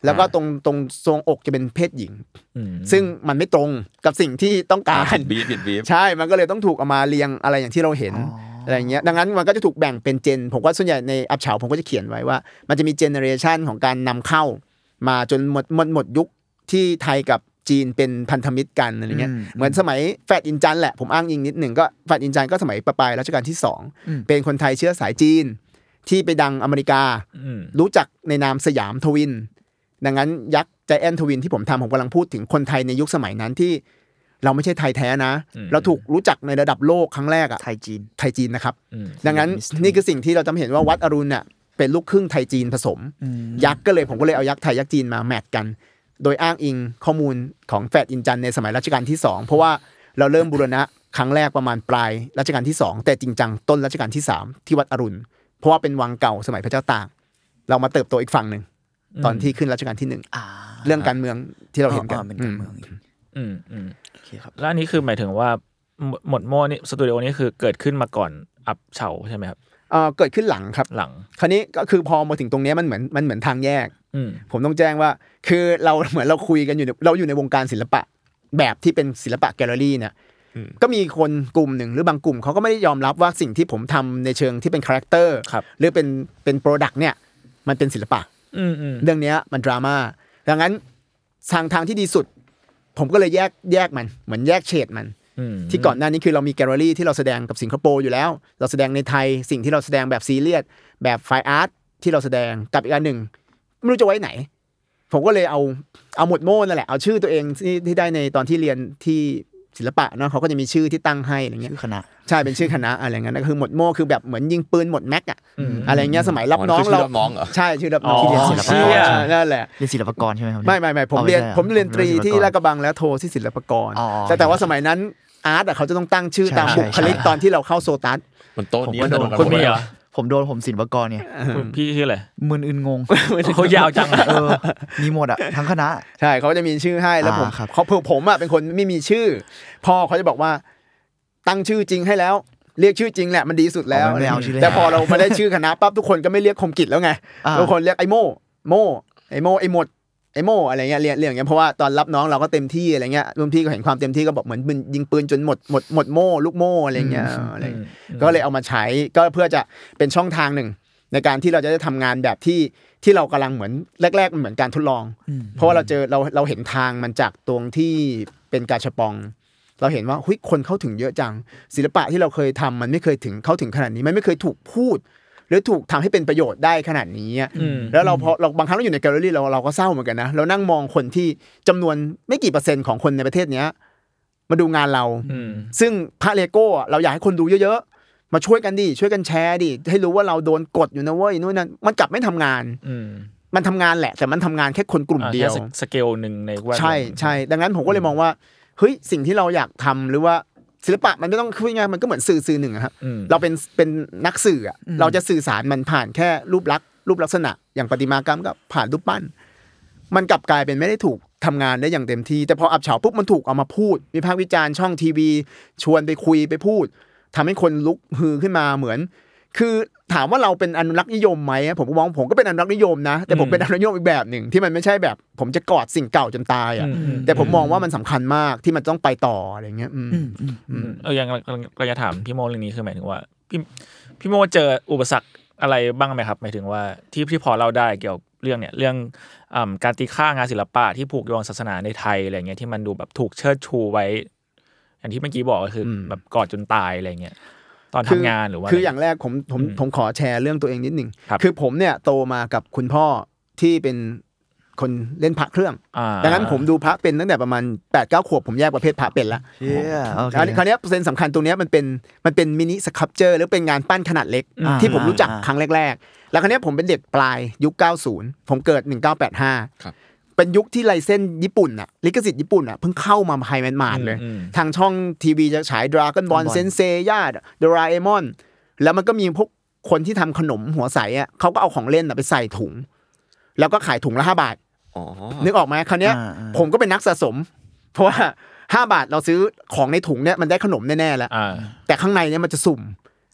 แล้วก็ตรงตรงทรวงอกจะเป็นเพศหญิงซึ่งมันไม่ตรงกับสิ่งที่ต้องการบีบบีบใช่มันก็เลยต้องถูกเอามาเรียงอะไรอย่างที่เราเห็นอะไรอย่างเงี้ยดังนั้นมันก็จะถูกแบ่งเป็นเจนผมว่าส่วนใหญ่ในอัพเฉาผมก็จะเขียนไว้ว่ามันจะมีเจเนอเรชันของการนำเข้ามาจนหมดหมดหมดยุคที่ไทยกับจีนเป็นพันธมิตรกันอะไรเงี้ยเหมือนสมัยแฟดอินจันแหละผมอ้างอิงนิดหนึ่งก็แฟดอินจันก็สมัยปลายรัชกาลที่สองเป็นคนไทยเชื้อสายจีนที่ไปดังอเมริการู้จักในนามสยามทวินดังนั้นยักษ์ใจแอนทวินที่ผมทำผมกำลังพูดถึงคนไทยในยุคสมัยนั้นที่เราไม่ใช่ไทยแท้นะเราถูกรู้จักในระดับโลกครั้งแรกอะไทยจีนไทยจีนนะครับดังนั้นนี่คือสิ่งที่เราจะเห็นว่าวัดอรุณเนี่ยเป็นลูกครึ่งไทยจีนผสมยักษ์ก็เลยผมก็เลยเอายักษ์ไทยยักษ์จีนมาแมทกันโดยอ้างอิงข้อมูลของแฟดอินจันในสมัยรัชกาลที่สองเพราะว่าเราเริ่มบูรณะครั้งแรกประมาณปลายรัชกาลที่สองแต่จริงจังต้นรัชกาลที่สามที่วัดอรุณเพราะว่าเป็นวังเก่าสมัยพระเจ้าตากเรามาเติบโตอีกฝั่งนึงตอนที่ขึ้นรัชกาลที่หนึ่งเรื่องการเมืองที่เราเห็นกันเป็นการเมืองอืมอืมโอเคครับแล้วอันนี้คือหมายถึงว่าหมดโม่นี่สตูดิโอนี่คือเกิดขึ้นมาก่อนอับเฉาใช่ไหมครับเอ่อเกิดขึ้นหลังครับหลังคราวนี้ก็คือพอมาถึงตรงนี้มันเหมือนมันเหมือนทางแยกผมต้องแจ้งว่าคือเราเหมือนเราคุยกันอยู่เราอยู่ในวงการศิลปะแบบที่เป็นศิลปะแกลเลอรี่เนี่ยก็มีคนกลุ่มหนึ่งหรือบางกลุ่มเขาก็ไม่ได้ยอมรับว่าสิ่งที่ผมทำในเชิงที่เป็นคาแรคเตอร์หรือเป็นเป็นโปรดักต์เนี่ยมันเป็นศิลปะเรื่องนี้มันดราม่าดังนั้นทางทางที่ดีสุดผมก็เลยแยกแยกมันเหมือนแยกเฉดมันที่ก่อนหน้านี้คือเรามีแกลเลอรี่ที่เราแสดงกับสิงคโปร์อยู่แล้วเราแสดงในไทยสิ่งที่เราแสดงแบบซีเรียสแบบไฟอาร์ตที่เราแสดงกับอีกอันหนึ่งไม่รู้จะไว้ไหนผมก็เลยเอาเอาหมดโม่นั่นแหละเอาชื่อตัวเองที่ที่ได้ในตอนที่เรียนที่ศิลปะเนาะเขาก็จะมีชื่อที่ตั้งให้อะไรเงี้ยชื่อคณะใช่เป็นชื่อคณะอะไรเงี้ยก็คือหมดโม่คือแบบเหมือนยิงปืนหมดแม็กอะอะไรเงี้ยสมัยรับน้องเราใช่ชื่อรับน้องที่เรียนศิลปากรนั่นแหละเรียนศิลปากรใช่ไหมครับไม่ไม่ไม่ผมเรียนผมเรียนตรีที่ลาดกระบังแล้วโทที่ศิลปากรแต่แต่ว่าสมัยนั้นอาร์ตเขาจะต้องตั้งชื่อตามบุคลิกตอนที่เราเข้าโซตัสมันโต๊ะนี้คนมีเหรอผมโดนผมศิลปากรเนี่ยพี่ชื่ออะไรมึนอึนงงเขายาวจังเออมีหมดอ่ะทั้งคณะใช่เขาจะมีชื่อให้แล้วผมเขาผมอ่ะเป็นคนไม่มีชื่อพ่อเขาจะบอกว่าตั้งชื่อจริงให้แล้วเรียกชื่อจริงแหละมันดีสุดแล้วแต่พอเรามาได้ชื่อคณะปั๊บทุกคนก็ไม่เรียกคมกิจแล้วไงทุกคนเรียกไอโม่โม่ไอโม่ไอหมดไอโม่อะไรเงี้ยเรียกเรียกอย่างเงี้ยเพราะว่าตอนรับน้องเราก็เต็มที่อะไรเงี้ยรุ่นพี่ก็เห็นความเต็มที่ก็บอกเหมือนยิงปืนจนหมดหมดหมดโม่ลูกโม่อะไรเงี้ยอะไรก็เลยเอามาใช้ก็เพื่อจะเป็นช่องทางหนึ่งในการที่เราจะได้ทำงานแบบที่ที่เรากำลังเหมือนแรกๆมันเหมือนการทดลองเพราะว่าเราเจอเราเราเห็นทางมันจากตรงที่เป็นกาชาปองเราเห็นว่าหุ้ยคนเข้าถึงเยอะจังศิลปะที่เราเคยทำมันไม่เคยถึงเข้าถึงขนาดนี้มันไม่เคยถูกพูดหรือถูกทำให้เป็นประโยชน์ได้ขนาดนี้แล้วเราพอเราบางครั้งเราอยู่ในแกลเลอรี่เราเราก็เศร้าเหมือนกันนะเรานั่งมองคนที่จำนวนไม่กี่เปอร์เซ็นต์ของคนในประเทศนี้มาดูงานเราซึ่งพระเลโก้เราอยากให้คนดูเยอะๆมาช่วยกันดิช่วยกันแชร์ดิให้รู้ว่าเราโดนกดอยู่นะเว้ยนู่นนั่นมันกลับไม่ทำงานมันทำงานแหละแต่มันทำงานแค่คนกลุ่มเดียวสเกลหนึ่งในว่าใช่ใช่ดังนั้นผมก็เลยมองว่าเฮ้ยสิ่งที่เราอยากทำหรือว่าศิลปะมันไม่ต้องคุยไงมันก็เหมือนสื่อสื่อหนึ่งครับเราเป็นเป็นนักสื่ออ่ะเราจะสื่อสารมันผ่านแค่รูปลักษณ์รูปลักษณะอย่างประติมากรรมก็ผ่านรูปปั้นมันกลับกลายเป็นไม่ได้ถูกทำงานได้อย่างเต็มที่แต่พออับเฉาปุ๊บมันถูกเอามาพูดวิพากษ์วิจารณ์ช่องทีวีชวนไปคุยไปพูดทำให้คนลุกฮือขึ้นมาเหมือนคือถามว่าเราเป็นอนุรักษ์นิยมไหมผมก็มองผมก็เป็นอนุรักษ์นิยมนะแต่ผมเป็นอนุรักษ์นิยมอีกแบบหนึ่งที่มันไม่ใช่แบบผมจะกอดสิ่งเก่าจนตายอ่ะแต่ผมมองว่ามันสำคัญมากที่มันต้องไปต่ออะไรเงี้ยเอออย่างเราจะถามพี่โมเรื่องนี้คือหมายถึงว่าพี่พี่โมเจออุปสรรคอะไรบ้างไหมครับหมายถึงว่าที่ที่พอเล่าได้เกี่ยวเรื่องเนี่ยเรื่องการตีค่างานศิลปะที่ผูกโยงศาสนาในไทยอะไรเงี้ยที่มันดูแบบถูกเชิดชูไว้อย่างที่เมื่อกี้บอกก็คือแบบกอดจนตายอะไรเงี้ยตอนทำงานหรือว่าคืออย่างแรกผมผมผมขอแชร์เรื่องตัวเองนิดนึงคือผมเนี่ยโตมากับคุณพ่อที่เป็นคนเล่นพระเครื่องดังนั้นผมดูพระเป็นตั้งแต่ประมาณ แปดเก้า ขวบผมแยกประเภทพระเป็นแล้วคราวนี้คราวนี้เปอร์เซ็นต์สำคัญตรงนี้มันเป็นมันเป็นมินิสคัปเจอร์หรือเป็นงานปั้นขนาดเล็กที่ผมรู้จักครั้งแรกๆแล้วคราวนี้ผมเป็นเด็กปลายยุคเก้าสิบผมเกิดหนึ่งพันเก้าร้อยแปดสิบห้าเป็นยุคที่ลายเส้นญี่ปุ่นน่ะลิขสิทธิ์ญี่ปุ่นน่ะเพิ่งเข้ามาภายในหมาดเลยทางช่องทีวีจะฉาย Dragon Ball Senseiya Doraemon แล้วมันก็มีพวกคนที่ทำขนมหัวใสอ่ะเขาก็เอาของเล่นไปใส่ถุงแล้วก็ขายถุงละห้าบาทนึกออกไหมคราวนี้ผมก็เป็นนักสะสมเพราะว่าห้าบาทเราซื้อของในถุงเนี่ยมันได้ขนมแน่ๆแล้วแต่ข้างในเนี่ยมันจะสุ่ม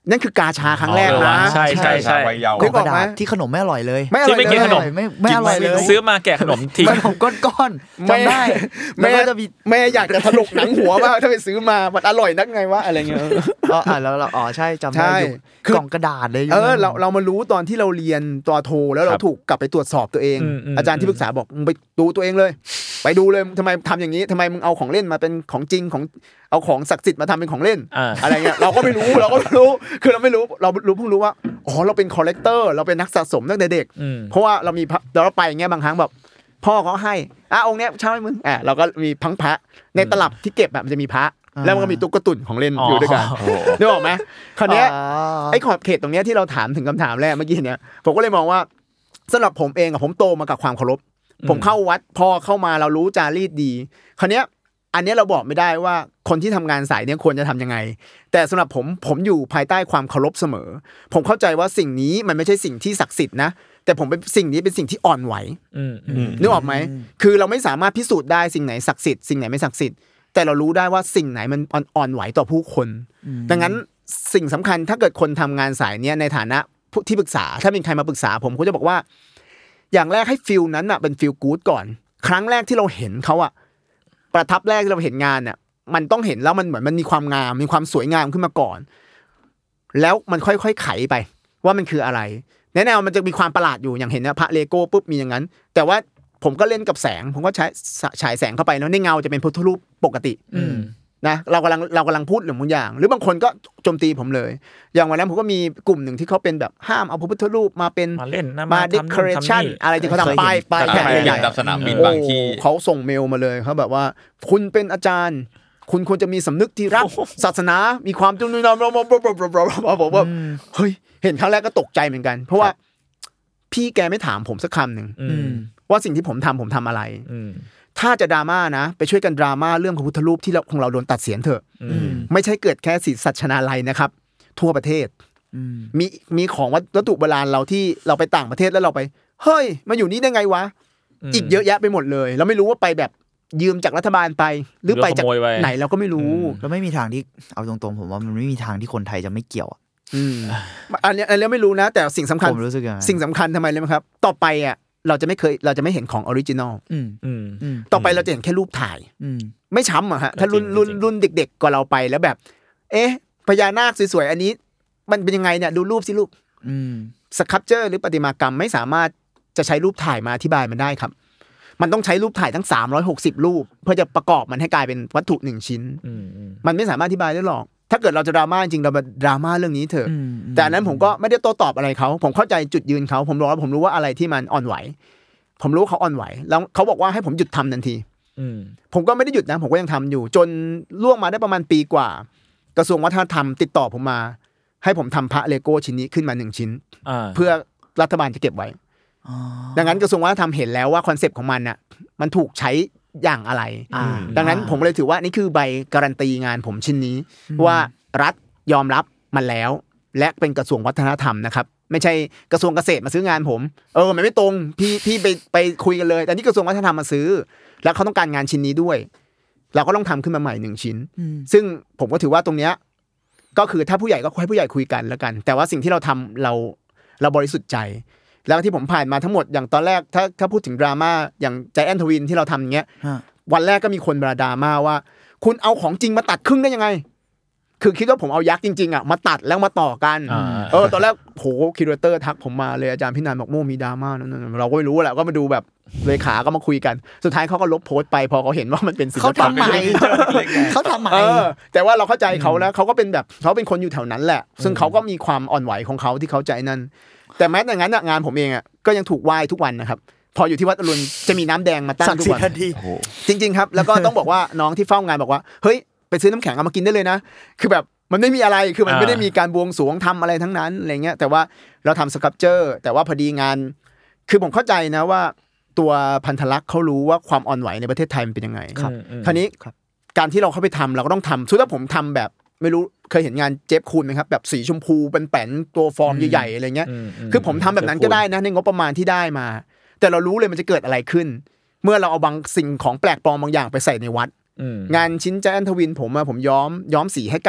นั่นคือกาชาครั้งแรกนะใช่ใช่ใช่กล่องกระดาษที่ขนมไม่อร่อยเลยที่ไม่กินขนมไม่ไม่อร่อยเลยซื้อมาแกะขนมทิ้งขนมก้อนๆจำได้แม่จะมีแม่อยากจะถลกหนังหัวมากถ้าไปซื้อมามันอร่อยนักไงวะอะไรเงี้ยอ๋อแล้วอ๋อใช่จำได้กล่องกระดาษเลยเออเราเรามารู้ตอนที่เราเรียนตอโทแล้วเราถูกกลับไปตรวจสอบตัวเองอาจารย์ที่ปรึกษาบอกมึงไปดูตัวเองเลยไปดูเลยทำไมทำอย่างนี้ทำไมมึงเอาของเล่นมาเป็นของจริงของเอาของศักดิ์สิทธิ์มาทำเป็นของเล่นอะไรเงี้ยเราก็ไม่รู้เราก็ไม่รู้คือเราไม่รู้เรารู้เพิ่งรู้ว่าอ๋อเราเป็นคอลเลกเตอร์เราเป็นนักสะสมตั้งแต่เด็กเพราะว่าเรามีเราไปอย่างเงี้ยบางครั้งแบบพ่อเขาให้อ่ะองค์เนี้ยเช่าให้มึงอ่ะเราก็มีพังพระในตลับที่เก็บแบบมันจะมีพระแล้วมันก็มีตุ๊กตุ่นของเล่นอยู่ด้วยกันนึกออกไหมคราวเนี้ยไอ้ขอบเขตตรงเนี้ยที่เราถามถึงคำถามแรกเมื่อกี้เนี้ยผมก็เลยมองว่าสำหรับผมเองอะผมโตมากับความเคารพผมเข้าวัดพอเข้ามาเรารู้จารีตดีคราวเนี้ยอันนี้เราบอกไม่ได้ว่าคนที่ทำงานสายเนี้ยควรจะทำยังไงแต่สำหรับผมผมอยู่ภายใต้ความเคารพเสมอผมเข้าใจว่าสิ่งนี้มันไม่ใช่สิ่งที่ศักดิ์สิทธิ์นะแต่ผมเป็นสิ่งนี้เป็นสิ่งที่อ่อนไหวนึกออกไหมคือเราไม่สามารถพิสูจน์ได้สิ่งไหนศักดิ์สิทธิ์สิ่งไหนไม่ศักดิ์สิทธิ์แต่เรารู้ได้ว่าสิ่งไหนมันอ่อนไหวต่อผู้คนดังนั้นสิ่งสำคัญถ้าเกิดคนทำงานสายเนี้ยในฐานะที่ปรึกษาถ้าเป็นใครมาปรึกษาผมก็จะบอกว่าอย่างแรกให้ฟีลนั้นอ่ะเป็นฟีลกู๊ดก่อนครั้งแรกที่เราเห็นเขาอ่ะประทับแรกที่เราเห็นงานเนี่ยมันต้องเห็นแล้วมันเหมือนมันมีความงามมีความสวยงามขึ้นมาก่อนแล้วมันค่อยๆไขไปว่ามันคืออะไรแน่ๆมันจะมีความประหลาดอยู่อย่างเห็นนะพระเลโก้ปุ๊บมีอย่างนั้นแต่ว่าผมก็เล่นกับแสงผมก็ใช้ฉายแสงเข้าไปแล้วในเงาจะเป็นพุทธรูปปกตินะเรากำลังเรากำลังพูดหรือบางอย่างหรือบางคนก็โจมตีผมเลยอย่างวันนั้นผมก็มีกลุ่มหนึ่งที่เขาเป็นแบบห้ามเอาพระพุทธรูปมาเป็นมาเล่นมาเดคอเรชั่นอะไรที่เขาทำป้ายป้ายแผ่ใหญ่ๆตามสนามบินบางที่เขาส่งเมลมาเลยเขาแบบว่าคุณเป็นอาจารย์คุณควรจะมีสำนึกที่รักศาสนามีความจุนนำผมว่าเฮ้ยเห็นครั้งแรกก็ตกใจเหมือนกันเพราะว่าพี่แกไม่ถามผมสักคำหนึ่งว่าสิ่งที่ผมทำผมทำอะไรถ้าจะดราม่านะไปช่วยกันดราม่าเรื่องพระพุทธรูปที่เราของเราโดนตัดเสียนเถอะไม่ใช่เกิดแค่ศรีสัชนาลัยนะครับทั่วประเทศมีมีของวัตถุโบราณเราที่เราไปต่างประเทศแล้วเราไปเฮ้ยมาอยู่นี่ได้ไงวะอีกเยอะแยะไปหมดเลยเราไม่รู้ว่าไปแบบยืมจากรัฐบาลไปหรือไปจากไหนเราก็ไม่รู้แล้วไม่มีทางที่เอาตรงๆผมว่ามันไม่มีทางที่คนไทยจะไม่เกี่ยวอันนี้อันนี้ไม่รู้นะแต่สิ่งสำคัญสิ่งสำคัญทำไมเลยครับต่อไปอ่ะเราจะไม่เคยเราจะไม่เห็นของออริจินอลต่อไปเราจะเห็นแค่รูปถ่ายไม่ช้ำอะฮะถ้ารุ่นรุ่นรุ่นเด็กๆกว่าเราไปแล้วแบบเอ๊ะพญานาคสวยๆอันนี้มันเป็นยังไงเนี่ยดูรูปสิลูกสครับเจอร์หรือประติมากรรมไม่สามารถจะใช้รูปถ่ายมาอธิบายมันได้ครับมันต้องใช้รูปถ่ายทั้งสามร้อยหกสิบรูปเพื่อจะประกอบมันให้กลายเป็นวัตถุหนึ่งชิ้นมันไม่สามารถอธิบายได้หรอกถ้าเกิดเราจะดราม่าจริงเรามาดราม่าเรื่องนี้เถอะแต่อันนั้นผมก็ไม่ได้โต้ตอบอะไรเขาผมเข้าใจจุดยืนเขาผมรู้ว่าผมรู้ว่าอะไรที่มันอ่อนไหวผมรู้เขาอ่อนไหวแล้วเขาบอกว่าให้ผมหยุดทำทันทีผมก็ไม่ได้หยุดนะผมก็ยังทำอยู่จนล่วงมาได้ประมาณปีกว่ากระทรวงวัฒนธรรมติดต่อผมมาให้ผมทำพระเลโก้ชิ้นนี้ขึ้นมาหนึ่งชิ้นเพื่อรัฐบาลจะเก็บไว้ดังนั้นกระทรวงวัฒนธรรมเห็นแล้วว่าคอนเซปต์ของมันน่ะมันถูกใช้อย่างอะไรดังนั้นผมเลยถือว่านี่คือใบการันตีงานผมชิ้นนี้ว่ารัฐยอมรับมันแล้วและเป็นกระทรวงวัฒนธรรมนะครับไม่ใช่กระทรวงเกษตรมาซื้องานผมเออมันไม่ตรงพี่พี่ไปไปคุยกันเลยแต่นี่กระทรวงวัฒนธรรมมาซื้อแล้วเขาต้องการงานชิ้นนี้ด้วยเราก็ต้องทำขึ้นมาใหม่หนึ่งชิ้นซึ่งผมก็ถือว่าตรงเนี้ยก็คือถ้าผู้ใหญ่ก็ให้ผู้ใหญ่คุยกันแล้วกันแต่ว่าสิ่งที่เราทำเราเราบริสุทธิ์ใจแล้วที่ผมผ่านมาทั้งหมดอย่างตอนแรกถ้าถ้าพูดถึงดราม่าอย่างใจแอนทวินที่เราทำอย่างเงี้ยวันแรกก็มีคนดราม่าว่าคุณเอาของจริงมาตัดครึ่งได้ยังไงคือคิดว่าผมเอายักษ์จริงๆอ่ะมาตัดแล้วมาต่อกันเออตอนแรกโหคิวเรเตอร์ทักผมมาเลยอาจารย์พี่นันบอกโมมีดราม่านั่นเราก็ไม่รู้แหละก็มาดูแบบเลขาก็มาคุยกันสุดท้ายเขาก็ลบโพสต์ไปพอเขาเห็นว่ามันเป็นศิลปะเขาทำไมเขาทำไมแต่ว่าเราเข้าใจเขาแล้วเขาก็เป็นแบบเขาเป็นคนอยู่แถวนั้นแหละซึ่งเขาก็มีความอ่อนไหวของเขาที่เขาใจนั่นแต่แม้แต่งั้นงานผมเองอ่ะก็ยังถูกไหว้ทุกวันนะครับพออยู่ที่วัดอรุณจะมีน้ำแดงมาตั้งทุกวันจริงๆครับแล้วก็ต้องบอกว่าน้องที่เฝ้างานบอกว่าเฮ้ยไปซื้อน้ำแข็งเอามากินได้เลยนะคือแบบมันไม่มีอะไรคือมันไม่ได้มีการบวงสรวงทำอะไรทั้งนั้นอะไรเงี้ยแต่ว่าเราทำสครับเจอร์แต่ว่าพอดีงานคือผมเข้าใจนะว่าตัวพันธลักษณ์เขารู้ว่าความอ่อนไหวในประเทศไทยมันเป็นยังไงครับคราวนี้การที่เราเข้าไปทำเราก็ต้องทำสมมุติว่าผมทำแบบไม่รู้เคยเห็นงานเจฟคูนไหมครับแบบสีชมพูเป็นแป้นตัวฟอร์มใหญ่ๆอะไรเงี้ยคือผมทำแบบนั้นก็ได้นะในงบประมาณที่ได้มาแต่เรารู้เลยมันจะเกิดอะไรขึ้นเมื่อเราเอาบางสิ่งของแปลกปลอมบางอย่างไปใส่ในวัดงานชิ้นใจแอนทวินผมอะผมย้อมย้อมสีให้เก่า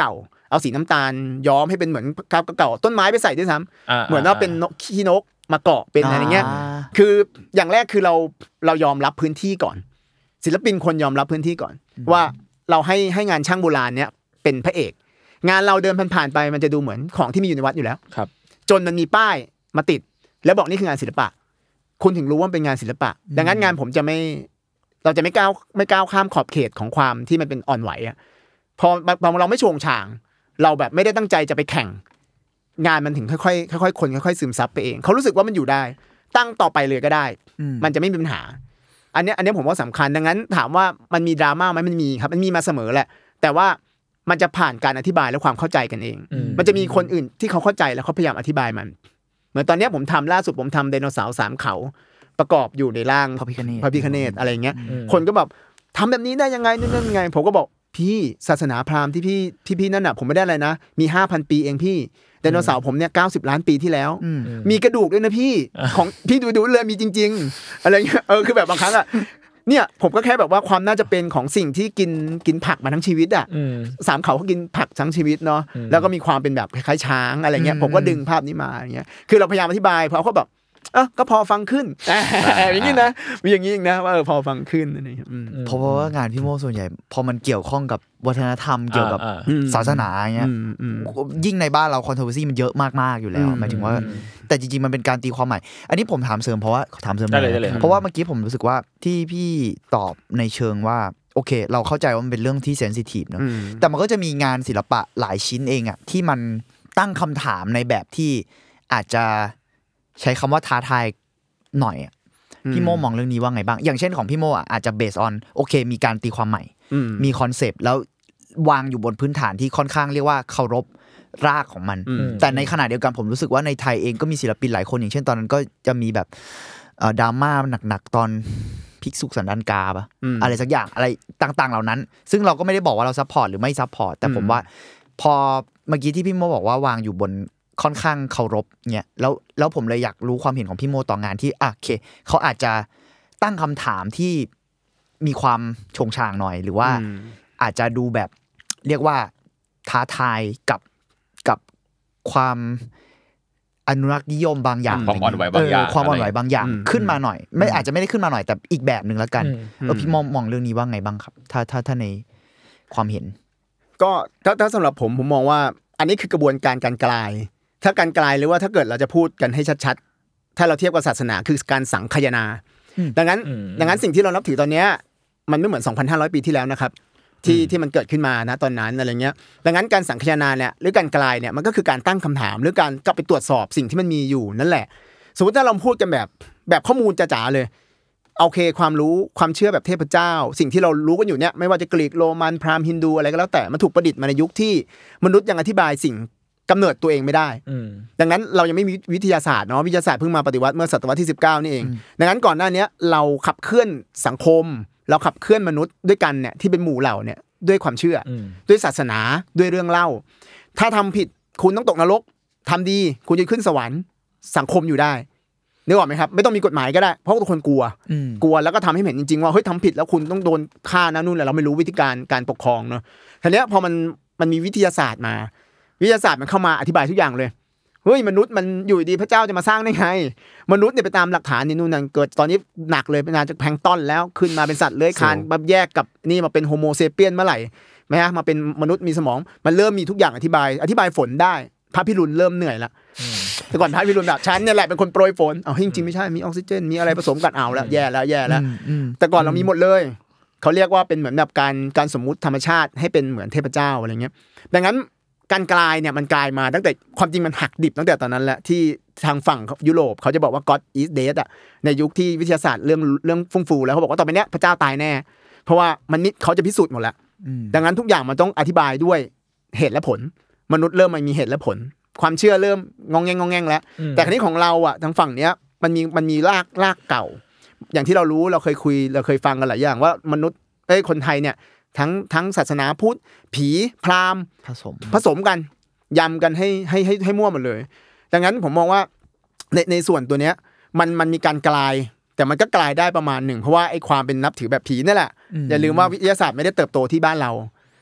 เอาสีน้ำตาลย้อมให้เป็นเหมือนกาวเก่าต้นไม้ไปใส่ด้วยซ้ำเหมือนว่าเป็นนกขี้นกมาเกาะเป็นอะไรเงี้ยคืออย่างแรกคือเราเรายอมรับพื้นที่ก่อนศิลปินคนยอมรับพื้นที่ก่อนว่าเราให้ให้งานช่างโบราณเนี้ยเป็นพระเอกงานเราเดินผ่านๆไปมันจะดูเหมือนของที่มีอยู่ในวัดอยู่แล้วครับจนมันมีป้ายมาติดแล้วบอกนี่คืองานศิลปะคุณถึงรู้ว่าเป็นงานศิลปะดังนั้นงานผมจะไม่เราจะไม่ก้าวไม่ก้าวข้ามขอบเขตของความที่มันเป็นอ่อนไหวอ่ะพอพอเราไม่โฉงฉางเราแบบไม่ได้ตั้งใจจะไปแข่งงานมันถึงค่อยๆค่อยๆคนค่อยๆซึมซับไปเองเขารู้สึกว่ามันอยู่ได้ตั้งต่อไปเลยก็ได้มันจะไม่มีปัญหาอันนี้อันนี้ผมว่าสำคัญดังนั้นถามว่ามันมีดราม่าไหมมันมีครับมันมีมาเสมอแหละแต่ว่ามันจะผ่านการอธิบายและความเข้าใจกันเองมันจะมีคนอื่นที่เขาเข้าใจแล้วเขาพยายามอธิบายมันเหมือนตอนนี้ผมทำล่าสุดผมทำไดโนเสาร์สามเขาประกอบอยู่ในร่างพระพิฆเนศพระพิฆเนศอะไรเงี้ยคนก็แบบทำแบบนี้ได้ยังไงนั่นนั่นไงผมก็บอกพี่ศาสนาพราหมณ์ที่พี่ที่พี่นั่นน่ะผมไม่ได้อะไรนะมี ห้าพัน ปีเองพี่ไดโนเสาร์ผมเนี่ยเก้าสิบล้านปีที่แล้วมีกระดูกด้วยนะพี่ของพี่ดูๆเลยมีจริงๆอะไรเงี้ยเออคือแบบบางครั้งอ่ะเนี่ยผมก็แค่แบบว่าความน่าจะเป็นของสิ่งที่กินกินผักมาทั้งชีวิตอ่ะสามเขาเขากินผักทั้งชีวิตเนาะแล้วก็มีความเป็นแบบคล้ายๆช้างอะไรเงี้ยผมก็ดึงภาพนี้มาอย่างเงี้ยคือเราพยายามอธิบายเพราะเขาแบบเออก็พอฟังขึ้นอย่างนี้นะมีอย่างนี้อีกนะว่าเออพอฟังขึ้นอะไรอย่างเงี้ยเพราะว่างานพี่โมส่วนใหญ่พอมันเกี่ยวข้องกับวัฒนธรรมเกี่ยวกับศาสนาอย่างเงี้ยยิ่งในบ้านเราคอนโทรเวอร์ซี่มันเยอะมากๆอยู่แล้วหมายถึงว่าแต่จริงๆมันเป็นการตีความใหม่อันนี้ผมถามเสริมเพราะว่าถามเสริมเพราะว่าเมื่อกี้ผมรู้สึกว่าที่พี่ตอบในเชิงว่าโอเคเราเข้าใจว่ามันเป็นเรื่องที่เซนซิทีฟเนอะแต่มันก็จะมีงานศิลปะหลายชิ้นเองอ่ะที่มันตั้งคำถามในแบบที่อาจจะใช้คำว่าท้าทายหน่อยพี่โมมองเรื่องนี้ว่าไงบ้างอย่างเช่นของพี่โมอ่ะอาจจะเบสออนโอเคมีการตีความใหม่มีคอนเซปต์แล้ววางอยู่บนพื้นฐานที่ค่อนข้างเรียกว่าเคารพรากของมันแต่ในขณะเดียวกันผมรู้สึกว่าในไทยเองก็มีศิลปินหลายคนอย่างเช่นตอนนั้นก็จะมีแบบดราม่าหนักๆตอนภิกษุสันดานกาปะอะไรสักอย่างอะไรต่างๆเหล่านั้นซึ่งเราก็ไม่ได้บอกว่าเราซัพพอร์ตหรือไม่ซัพพอร์ตแต่ผมว่าพอเมื่อกี้ที่พี่โมบอกว่าวางอยู่บนค่อนข้างเคารพเนี่ยแล้วแล้วผมเลยอยากรู้ความเห็นของพี่โมต่องานที่อ่ะโอเคเขาอาจจะตั้งคำถามที่มีความชงชางหน่อยหรือว่าอาจจะดูแบบเรียกว่าท้าทายกับกับความอนุรักษ์นิยมบางอย่างความอ่อนไหวบางอย่างความอ่อนไหวบางอย่างขึ้นมาหน่อยไม่อาจจะไม่ได้ขึ้นมาหน่อยแต่อีกแบบนึงแล้วกันเออพี่มองมองเรื่องนี้ว่าไงบ้างครับถ้าถ้าถ้าในความเห็นก็ถ้าถ้าสำหรับผมผมมองว่าอันนี้คือกระบวนการการกลายถ้าการกลายหรือว่าถ้าเกิดเราจะพูดกันให้ชัดๆถ้าเราเทียบกับศาสนาคือการสังคายนาดังนั้นดังนั้นสิ่งที่เรานับถือตอนนี้มันไม่เหมือน สองพันห้าร้อย ปีที่แล้วนะครับที่ที่มันเกิดขึ้นมานะตอนนั้นอะไรเงี้ยดังนั้นการสังคายนาเนี่ยหรือการกลายเนี่ยมันก็คือการตั้งคำถามหรือการกลับไปตรวจสอบสิ่งที่มันมีอยู่นั่นแหละสมมติถ้าเราพูดกันแบบแบบข้อมูลจ๋าๆเลยโอเคความรู้ความเชื่อแบบเทพเจ้าสิ่งที่เรารู้กันอยู่เนี่ยไม่ว่าจะกรีกโรมันพราหมณ์ฮินดูอะไรก็แล้วแต่มันถูกประดิษฐ์มาในยุคที่มนุษย์ยังอธิบายสิ่งกำเนิดตัวเองไม่ได้ดังนั้นเรายังไม่มีวิทยาศาสตร์เนาะวิทยาศาสตร์เพิ่งมาปฏิวัติเมื่อศตวรรษที่สิบเก้านี่เองดังนั้นก่อนหน้านี้เราขับเคลื่อนสังคมเราขับเคลื่อนมนุษย์ด้วยกันเนี่ยที่เป็นหมู่เหล่าเนี่ยด้วยความเชื่อด้วยศาสนาด้วยเรื่องเล่าถ้าทำผิดคุณต้องตกนรกทำดีคุณจะขึ้นสวรรค์สังคมอยู่ได้นึกออกไหมครับไม่ต้องมีกฎหมายก็ได้เพราะทุกคนกลัวกลัวแล้วก็ทำให้เห็นจริงๆว่าเฮ้ยทำผิดแล้วคุณต้องโดนฆ่านะนู่นแหละเราไม่รู้วิธีการการปกครองเนาะทีเนี้ยพอมันมันมีวิทยาศาสตร์มาวิทยาศาสตร์มันเข้ามาอธิบายทุกอย่างเลยเฮ้ยมนุษย์มันอยู่ดีพระเจ้าจะมาสร้างได้ไงมนุษย์เนี่ยไปตามหลักฐานนี่นู่นนั่นเกิดตอนนี้หนักเลยเป็นงานจากแพลงก์ตอนแล้วขึ้นมาเป็นสัตว์เลื้อยคลานแบบแยกกับนี่มาเป็นโฮโมเซเปียนเมื่อไหร่ไหมฮะมาเป็นมนุษย์มีสมองมันเริ่มมีทุกอย่างอธิบายอธิบายฝนได้พระพิรุณเริ่มเหนื่อยละแต่ก่อนพระพิรุณแบบฉันเนี่ยแหละเป็นคนโปรยฝนเอาจริงๆไม่ใช่มีออกซิเจนมีอะไรผสมกันเอาแล้วแย่แล้วแย่แล้วแต่ก่อนเรามีหมดเลยเขาเรียกว่าเป็นเหมือนแบบการการสมมุติธรรมชาติให้เป็นเหมือนเทพเจ้าอะไรเงี้ยดังนั้นการกลายเนี่ยมันกลายมาตั้งแต่ความจริงมันหักดิบตั้งแต่ตอนนั้นแหละที่ทางฝั่งยุโรปเขาจะบอกว่า God is dead อ่ะในยุคที่วิทยาศาสตร์เรื่องเรื่องฟุ่งฟูแล้วเขาบอกว่าต่อไปเนี้ยพระเจ้าตายแน่เพราะว่ามันนิดเขาจะพิสูจน์หมดแล้วดังนั้นทุกอย่างมันต้องอธิบายด้วยเหตุและผลมนุษย์เริ่มมันมีเหตุและผลความเชื่อเริ่มงองแงงงองแงงแล้วแต่คราวนี้ของเราอ่ะทางฝั่งเนี้ยมันมีมันมีรากรากเก่าอย่างที่เรารู้เราเคยคุยเราเคยฟังกันหลายอย่างว่ามนุษย์เอ้ยคนไทยเนี่ยทั้งทั้งศาสนาพุทธผีพราหมณ์ผสมผสมกันยำกันให้ให้ให้ให้มั่วหมดเลยดังนั้นผมมองว่าในในส่วนตัวเนี้ยมันมันมีการกลายแต่มันก็กลายได้ประมาณหนึ่งเพราะว่าไอ้ความเป็นนับถือแบบผีนั่นแหละอย่าลืมว่าวิทยาศาสตร์ไม่ได้เติบโตที่บ้านเรา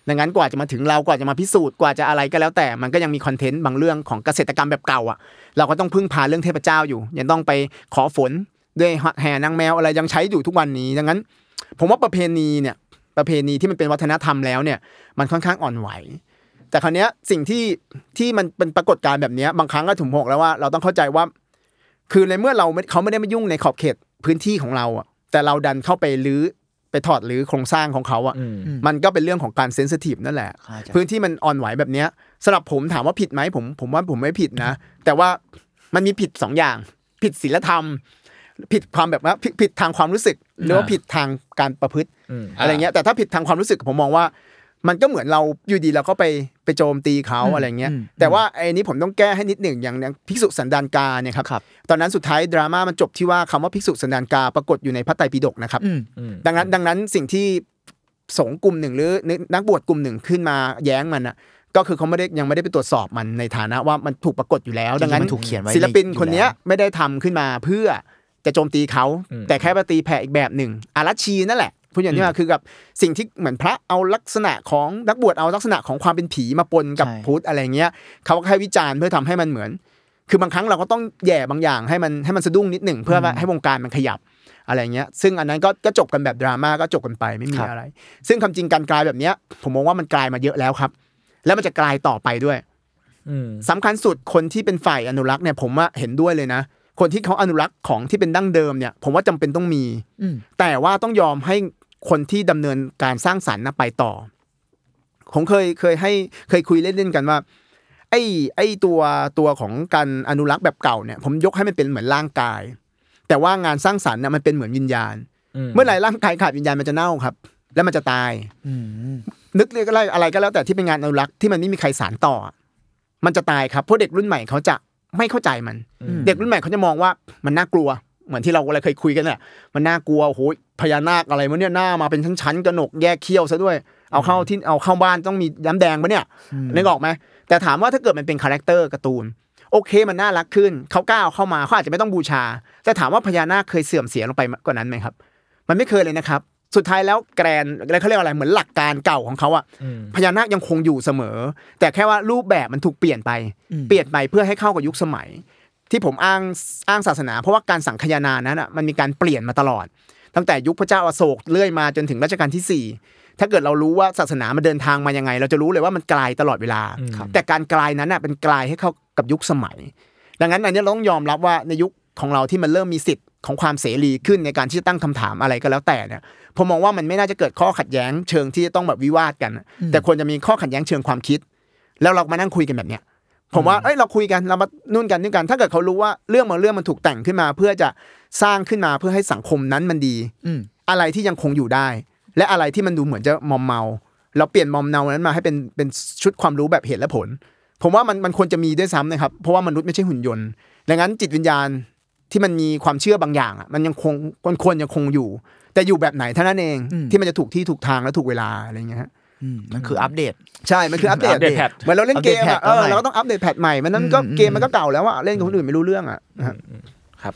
ดังนั้นกว่าจะมาถึงเรากว่าจะมาพิสูจน์กว่าจะอะไรก็แล้วแต่มันก็ยังมีคอนเทนต์บางเรื่องของเกษตรกรรมแบบเก่าอ่ะเราก็ต้องพึ่งพาเรื่องเทพเจ้าอยู่ยังต้องไปขอฝนด้วยแห่นางแมวอะไรยังใช้อยู่ทุกวันนี้ดังนั้นผมว่าประเพณีเนี่ยประเพณีที่มันเป็นวัฒนธรรมแล้วเนี่ยมันค่อนข้างอ่อนไหวแต่คราวเนี้ยสิ่งที่ที่มันเป็นปรากฏการณ์แบบนี้บางครั้งก็ถุงหกแล้วว่าเราต้องเข้าใจว่าคือในเมื่อเราเขาไม่ได้มายุ่งในขอบเขตพื้นที่ของเราอ่ะแต่เราดันเข้าไปลื้อไปถอดรื้อโครงสร้างของเขาอ่ะมันก็เป็นเรื่องของการเซนซิทีฟนั่นแหละพื้นที่มันอ่อนไหวแบบนี้สำหรับผมถามว่าผิดไหมผมผมว่าผมไม่ผิดนะแต่ว่ามันมีผิดสองอย่างผิดศีลธรรมผิดความแบบว่าผิดทางความรู้สึกหรือว่าผิดทางการประพฤติอะไรเงี้ยแต่ถ้าผิดทางความรู้สึกผมมองว่ามันก็เหมือนเราอยู่ดีเราก็ไปไปโจมตีเขาอะไรเงี้ยแต่ว่าไอ้นี้ผมต้องแก้ให้นิดหนึ่งอย่างภิกษุสันดานกาเนี่ยครับตอนนั้นสุดท้ายดราม่ามันจบที่ว่าคำว่าภิกษุสันดานกาปรากฏอยู่ในพระไตรปิฎกนะครับดังนั้นดังนั้นสิ่งที่สงฆ์กลุ่มหนึ่งหรือนักบวชกลุ่มหนึ่งขึ้นมาแย้งมันอ่ะก็คือเขาไม่ได้ยังไม่ได้ไปตรวจสอบมันในฐานะว่ามันถูกปรากฏอยู่แล้วดังนั้นศิลปินคนนี้ไม่ได้ทำขึ้นมาเพื่อจะโจมตีเขาแต่แค่ไปตีแผ่อีกแบบหนึ่งอารัชชีนั่นแหละพูดอย่างนี้มาคือกับสิ่งที่เหมือนพระเอาลักษณะของนักบวชเอาลักษณะของความเป็นผีมาปนกับพุทธอะไรเงี้ยเขาก็แค่วิจารณ์เพื่อทำให้มันเหมือนคือบางครั้งเราก็ต้องแย่บางอย่างให้มันให้มันสะดุ้งนิดหนึ่งเพื่อให้วงการมันขยับอะไรเงี้ยซึ่งอันนั้นก็ก็จบกันแบบดราม่าก็จบกันไปไม่มีอะไรซึ่งคำจริงการกลายแบบเนี้ยผมมองว่ามันกลายมาเยอะแล้วครับแล้วมันจะกลายต่อไปด้วยสำคัญสุดคนที่เป็นฝ่ายอนุรักษ์เนี่ยผมว่าเห็นด้วยเลยนะคนที่เขาอนุรักษ์ของที่เป็นดั้งเดิมเนี่ยผมว่าจำเป็นต้องมีแต่ว่าต้องยอมให้คนที่ดำเนินการสร้างสรรค์ไปต่อผมเคยเคยให้เคยคุยเล่นๆกันว่าไอ้ไอ้ตัวตัวของการอนุรักษ์แบบเก่าเนี่ยผมยกให้มันเป็นเหมือนร่างกายแต่ว่างานสร้างสรรค์เนี่ยมันเป็นเหมือนวิญญาณเมื่อไหร่ร่างกายขาดวิญญาณมันจะเน่าครับแล้วมันจะตายนึกเรียกอะไรอะไรก็แล้วแต่ที่เป็นงานอนุรักษ์ที่มันไม่มีใครสานต่อมันจะตายครับเพราะเด็กรุ่นใหม่เขาจะไม่เข้าใจมันเด็กรุ่นใหม่เขาจะมองว่ามันน่ากลัวเหมือนที่เราเคยคุยกันแหละมันน่ากลัวโอ้โหพญานาคอะไรมันเนี่ยหน้ามาเป็นชั้นๆกระหนกแยกเขี้ยวซะด้วยเอาเข้าที่เอาเข้าบ้านต้องมีย้ำแดงปะเนี่ยนึกออกไหมแต่ถามว่าถ้าเกิดมันเป็นคาแรคเตอร์การ์ตูนโอเคมันน่ารักขึ้นเขาก้าวเข้ามาเขาอาจจะไม่ต้องบูชาแต่ถามว่าพญานาคเคยเสื่อมเสียลงไปกว่านั้นไหมครับมันไม่เคยเลยนะครับสุดท้ายแล้วแกรนอะไรเขาเรียกอะไรเหมือนหลักการเก่าของเขาอะพญานาคยังคงอยู่เสมอแต่แค่ว่ารูปแบบมันถูกเปลี่ยนไปเปลี่ยนไปเพื่อให้เข้ากับยุคสมัยที่ผมอ้างอ้างศาสนาเพราะว่าการสังคายนานั้นอ่ะมันมีการเปลี่ยนมาตลอดตั้งแต่ยุคพระเจ้าอโศกเรื่อยมาจนถึงรัชกาลที่สี่ถ้าเกิดเรารู้ว่าศาสนามันเดินทางมายังไงเราจะรู้เลยว่ามันกลายตลอดเวลาแต่การกลายนั้นอ่ะเป็นกลายให้เข้ากับยุคสมัยดังนั้นอันนี้เราต้องยอมรับว่าในยุคของเราที่มันเริ่มมีสิทธิ์ของความเสรีขึ้นในการที่จะตั้งคำถามอะไรก็แล้วแต่เนี่ยผมมองว่ามันไม่น่าจะเกิดข้อขัดแย้งเชิงที่จะต้องแบบวิวาทกันแต่ควรจะมีข้อขัดแย้งเชิงความคิดแล้วเรามานั่งคุยกันแบบเนี้ยผมว่าเอ้ยเราคุยกันเรามานู่นกันนี่กันถ้าเกิดเขารู้ว่าเรื่องบางเรื่องมันถูกแต่งขึ้นมาเพื่อจะสร้างขึ้นมาเพื่อให้สังคมนั้นมันดีอะไรที่ยังคงอยู่ได้และอะไรที่มันดูเหมือนจะมอมเมาเราเปลี่ยนมอมเมานั้นมาให้เป็นเป็นชุดความรู้แบบเหตุและผลผมว่ามันมันควรจะมีด้วยซ้ำนะครับเพราะว่ามนุษย์ไม่ใช่หุ่นยนต์ดังนั้นจิตวิญญาณที่มันมีความเชื่อบางอย่างอ่ะมันยังคงควรยังคงอยู่แต่อยู่แบบไหนเท่านั้นเองที่มันจะถูกที่ถูกทางและถูกเวลาอะไรเงี้ยมันคืออัปเดตใช่มันคืออัปเดตเหมือนเราเล่นเกมอ่ะเออเราก็ต้องอัปเดตแพทใหม่มันนั้นก็เกมมันก็เก่าแล้วอ่ะเล่นกับคนอื่นไม่รู้เรื่องอ่ะครับ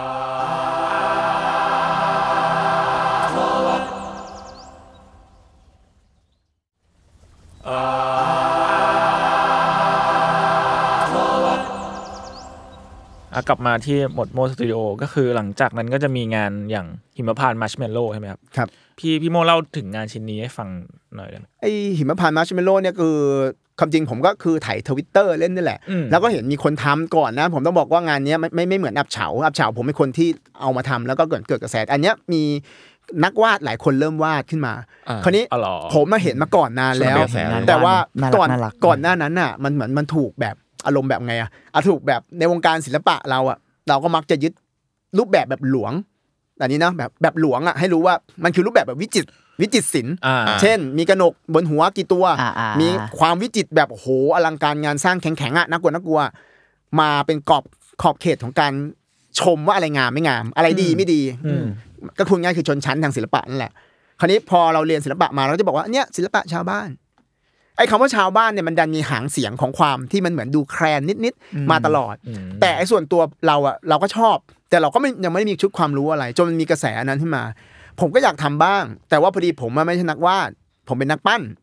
กลับมาที่หมดโมสตูดิโอก็คือหลังจากนั้นก็จะมีงานอย่างหิมพานต์มัชเมลโล่ใช่ไหมครับครับพี่พี่โมเล่าถึงงานชิ้นนี้ให้ฟังหน่อยได้ไหมไอหิมพานต์มัชเมลโล่เนี่ยคือความจริงผมก็คือถ่าย Twitter เล่นนี่แหละแล้วก็เห็นมีคนทำก่อนนะผมต้องบอกว่างานนี้ไม่ไม่ไม่เหมือนอับเฉาอับเฉาผมเป็นคนที่เอามาทำแล้วก็เกิดเกิดกระแสอันเนี้ยมีนักวาดหลายคนเริ่มวาดขึ้นมาคราวนี้ผมมาเห็นมาก่อนนานแล้วแต่ว่าก่อนก่อนหน้านั้นน่ะมันเหมือนมันถูกแบบอารมณ์แบบไงอ่ะอ่ะถูกแบบในวงการศิลปะเราอ่ะเราก็มักจะยึดรูปแบบแบบหลวงอันนี้นะแบบแบบหลวงอ่ะให้รู้ว่ามันคือรูปแบบแบบวิจิตรวิจิตรศิลป์เช่นมีกระหนกบนหัวกี่ตัวมีความวิจิตรแบบโหอลังการงานสร้างแข็งๆอ่ะน่ากลัวน่ากลัวมาเป็นกรอบขอบเขตของการชมว่าอะไรงามไม่งามอะไรดีไม่ดีก็คุณง่ายคือชนชั้นทางศิลปะนั่นแหละคราวนี้พอเราเรียนศิลปะมาเราจะบอกว่าเนี่ยศิลปะชาวบ้านไอ้คำว่าชาวบ้านเนี่ยมันดันมีหางเสียงของความที่มันเหมือนดูแคลนนิดๆมาตลอดแต่ไอ้ส่วนตัวเราอ่ะเราก็ชอบแต่เราก็ไม่ยังไม่ได้มีชุดความรู้อะไรจนมันมีกระแสนั้นขึ้นมาผมก็อยากทำบ้างแต่ว่าพอดีผมไม่ใช่นักวาดผมเป็นนักปั้น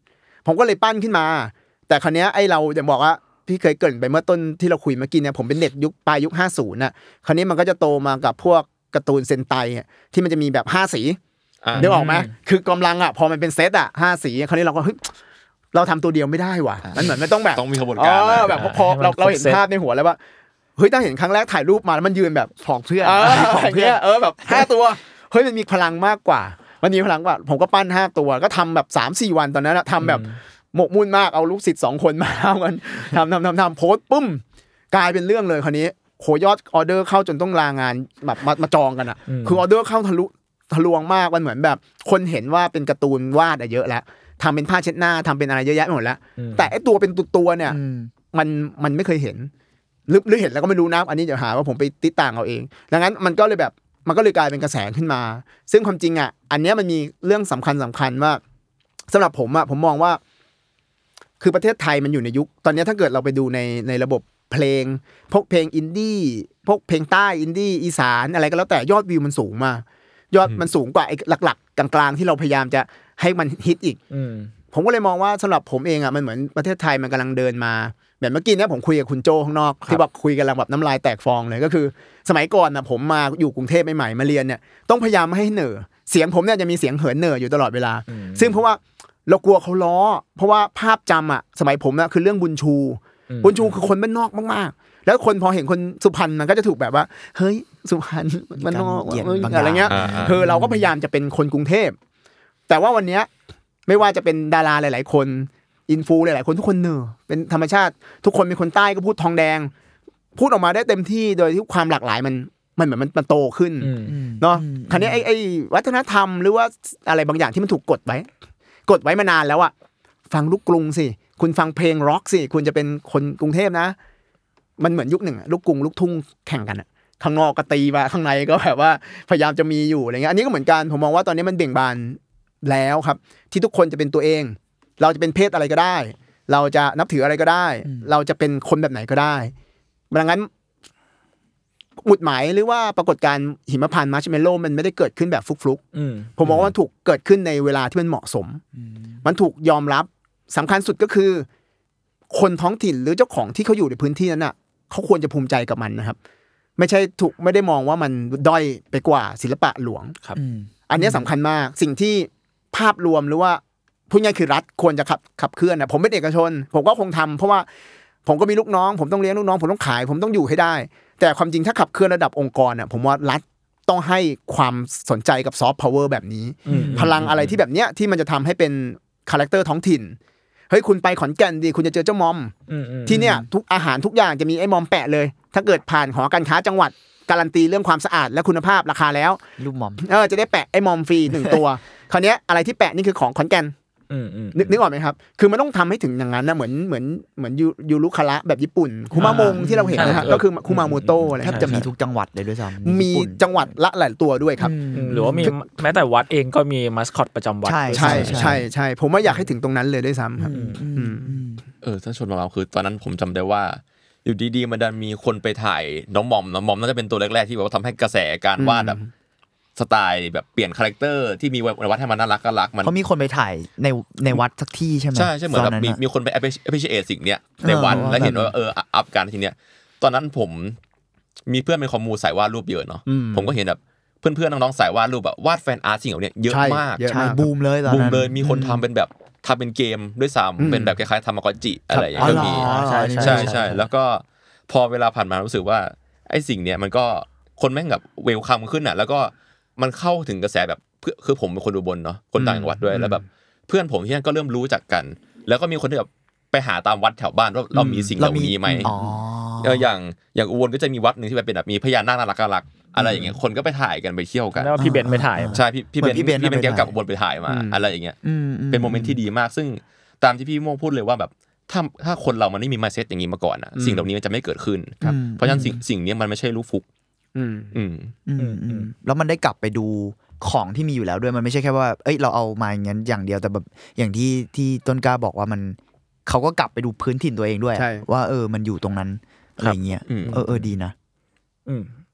ผมก็เลยปั้นขึ้นมาแต่คราวเนี้ยไอ้เราจะบอกว่าพี่เคยเกริ่นไปเมื่อต้นที่เราคุยเมื่อกี้เนี่ยผมเป็นเด็กยุคปลายยุคห้าสิบน่ะคราวนี้มันก็จะโตมากับพวกการ์ตูนเซนไตที่มันจะมีแบบห้าสีนึกออกมั้ยคือกำลังอ่ะพอมันเป็นเซตอ่ะห้าสีคราวนี้เราก็เฮ้ยเราทำตัวเดียวไม่ได้ว่ะมันเหมือนไม่ต้องแบบต้องมีขบวนการเออแบบพอเราเราเห็นภาพในหัวแล้วว่าเฮ้ยตั้งเห็นครั้งแรกถ่ายรูปมาแล้วมันยืนแบบของเพื่อนของเพื่อนเออแบบห้าตัวเฮ้ยมันมีพลังมากกว่ามันมีพลังกว่าผมก็ปั้นห้าตัวก็ทำแบบ สามสี่ วันตอนนั้นนะทำแบบหมกมุ่นมากเอาลูกศิษย์สองคนมาทำกันทำทำทำทำโพสปุ้มกลายเป็นเรื่องเลยคราวนี้โหยอดออเดอร์เข้าจนต้องลางานแบบมามาจองกันอ่ะคือออเดอร์เข้าทะลุทะลวงมากมันเหมือนแบบคนเห็นว่าเป็นการ์ตูนวาดอะเยอะแล้วทำเป็นผ้าเช็ดหน้าทำเป็นอะไรเยอะแยะไปหมดแล้วแต่ไอ้ตัวเป็นตัวเนี่ยมันมันไม่เคยเห็นหรือหรือเห็นแล้วก็ไม่รู้นะอันนี้เดี๋ยวหาว่าผมไปติดต่างเอาเองดังนั้นมันก็เลยแบบมันก็เลยกลายเป็นกระแสขึ้นมาซึ่งความจริงอ่ะอันเนี้ยมันมีเรื่องสำคัญสำคัญว่าสำหรับผมอ่ะผมมองว่าคือประเทศไทยมันอยู่ในยุคตอนนี้ถ้าเกิดเราไปดูในในระบบเพลงพวกเพลงอินดี้พวกเพลงใต้อินดี้อีสานอะไรก็แล้วแต่ยอดวิวมันสูงมากยอดมันสูงกว่าไอ้หลักๆกลางๆที่เราพยายามจะให้มันฮิตอีกผมก็เลยมองว่าสำหรับผมเองอ่ะมันเหมือนประเทศไทยมันกำลังเดินมาแบบเมื่อกี้เนี่ยผมคุยกับคุณโจข้างนอกที่บอกคุยกันแล้วแบบน้ำลายแตกฟองเลยก็คือสมัยก่อนนะผมมาอยู่กรุงเทพใหม่ๆมาเรียนเนี่ยต้องพยายามไม่ให้เหน่อเสียงผมเนี่ยจะมีเสียงเหินเหน่ออยู่ตลอดเวลาซึ่งเพราะว่าเรากลัวเขาล้อเพราะว่าภาพจำอ่ะสมัยผมนะคือเรื่องบุญชูบุญชูคือคนบ้านนอกมากๆแล้วคนพอเห็นคนสุพรรณมันก็จะถูกแบบว่าเฮ้ยสุพรรณบ้านนอกอะไรเงี้ยเออเราก็พยายามจะเป็นคนกรุงเทพแต่ว่าวันเนี้ยไม่ว่าจะเป็นดาราหลายๆคนอินฟูหลายๆคนทุกคนเหน่อเป็นธรรมชาติทุกคนเป็นคนใต้ก็พูดทองแดงพูดออกมาได้เต็มที่โดยที่ความหลากหลายมันมันเหมือนมันโตขึ้นเนาะคราวนี้ไอ้ไอ้วัฒนธรรมหรือว่าอะไรบางอย่างที่มันถูกกดไว้กดไว้มานานแล้วอ่ะฟังลูกกรุงสิคุณฟังเพลงร็อกสิคุณจะเป็นคนกรุงเทพนะมันเหมือนยุคหนึ่งลูกกรุงลูกทุ่งแข่งกันอ่ะข้างนอกก็ตีมาข้างในก็แบบว่าพยายามจะมีอยู่อะไรเงี้ยอันนี้ก็เหมือนกันผมมองว่าตอนนี้มันเบ่งบานแล้วครับที่ทุกคนจะเป็นตัวเองเราจะเป็นเพศอะไรก็ได้เราจะนับถืออะไรก็ได้เราจะเป็นคนแบบไหนก็ได้ดังนั้นหมุดหมายหรือว่าปรากฏการณ์หิมพานต์มัชเมลโล่มันไม่ได้เกิดขึ้นแบบฟลุกๆผมมองว่ามันถูกเกิดขึ้นในเวลาที่มันเหมาะสมมันถูกยอมรับสำคัญสุดก็คือคนท้องถิ่นหรือเจ้าของที่เขาอยู่ในพื้นที่นั้นน่ะเขาควรจะภูมิใจกับมันนะครับไม่ใช่ถูกไม่ได้มองว่ามันด้อยไปกว่าศิลปะหลวงอันนี้สำคัญมากสิ่งที่ภาพรวมหรือว่าพูดง่ายคือรัฐควรจะขับขับเคลื่อนนะผมเป็นเอกชนผมก็คงทำเพราะว่าผมก็มีลูกน้องผมต้องเลี้ยงลูกน้องผมต้องขายผมต้องอยู่ให้ได้แต่ความจริงถ้าขับเคลื่อนระดับองค์กรน่ะผมว่ารัฐต้องให้ความสนใจกับซอฟต์พาวเวอร์แบบนี้พลังอะไรที่แบบเนี้ยที่มันจะทำให้เป็นคาแรคเตอร์ท้องถิ่นเฮ้ยคุณไปขอนแก่นดิคุณจะเจอเจ้ามอมที่เนี่ยทุกอาหารทุกอย่างจะมีไอ้มอมแปะเลยถ้าเกิดผ่านหอการค้าจังหวัดการันตีเรื่องความสะอาดและคุณภาพราคาแล้วลูกมอมเออจะได้แปะไอ้มอมฟรีหนึ่งตัวคราวนี้อะไรที่แปะนี่คือของขอนแก่นนึกนึกออกไหมครับคือมันต้องทำให้ถึงอย่างนั้นนะเหมือนเหมือนเหมือนยูยูรุคาระแบบญี่ปุ่นคุมามงที่เราเห็นนะฮะก็คือคุมาโมโตะอะไรแทบจะมีทุกจังหวัดเลยด้วยซ้ำมีจังหวัดละหลายตัวด้วยครับหรือว่ามีแม้แต่วัดเองก็มีมัสคอตประจำวัดใช่ใช่ใช่ใช่ผมว่าอยากให้ถึงตรงนั้นเลยด้วยซ้ำครับเออถ้าชวนเราคือตอนนั้นผมจำได้ว่าอยู่ดีๆมันดันมีคนไปถ่ายน้องมอมน้องมอมน่าจะเป็นตัวแรกๆที่แบบว่าทำให้กระแสการวาดแบบสไตล์แบบเปลี่ยนคาแรคเตอร์ที่มีวัดให้มันน่ารักก็รักมันเพราะมีคนไปถ่ายในในวัดสักที่ใช่ไหมใช่ใช่เหมือนแบบมีมีคนไป appreciate สิ่งเนี้ยในวัดแล้วเห็นว่าเอออัพกันทีเนี้ยตอนนั้นผมมีเพื่อนเป็นคอมมูสายวาดรูปเยอะเนาะผมก็เห็นแบบเพื่อนๆน้องๆสายวาดรูปแบบวาดแฟนอาร์ตสิ่งเหล่านี้เยอะมากใช่บูมเลยตอนนั้นบูมเลยมีคนทำเป็นแบบทำเป็นเกมด้วยซ้ำเป็นแบบคล้ายๆทำมากอจิอะไรอย่างเงี้ยก็มีใช่ใช่ใช่แล้วก็พอเวลาผ่านมารู้สึกว่าไอ้สิ่งเนี้ยมันก็คนแม่งแบบเวลคัมขึ้นอ่ะแล้วก็มันเข้าถึงกระแสแบบคือผมเป็นคนอุบลเนาะคนต่างจังหวัดด้วยแล้วแบบเพื่อนผมที่นั่นก็เริ่มรู้จักกันแล้วก็มีคนที่แบบไปหาตามวัดแถวบ้านว่าเรามีสิ่งเหล่านี้ไหมเอออย่างอย่างอุบลก็จะมีวัดนึงที่แบบเป็นแบบมีพญานาคน่ารักน่ารักอะไรอย่างเงี้ยคนก็ไปถ่ายกันไปเที่ยวกันแล้วพี่เบนไปถ่ายใช่พี่พี่เบนพี่เบนพี่เบนแกกลับอุบลไปถ่ายมาอะไรอย่างเงี้ยเป็นโมเมนต์ที่ดีมากซึ่งตามที่พี่โม่พูดเลยว่าแบบถ้าถ้าคนเรามันไม่มี mindset อย่างนี้มาก่อนอ่ะสิ่งเหล่านี้มันจะไม่เกิดขึ้นเพราะฉะนั้นสิ่งสิ่งนี้มันไม่ใช่ลูกฟุกอืมอืมอืมแล้วมันได้กลับไปดูของที่มีอยู่แล้วด้วยมันไม่ใช่แค่ว่าเอ้ยเราเอามาอย่างนั้นอย่างเดียวแต่แบบอย่างที่ที่ต้นกล้าบอกว่ามันเขาก็กลับไปดูพื้นถิ่นตัวเองด้วยว่าเออมันอยู่ตรงนั้นอะไรเงี้ยเออเออดีนะอืม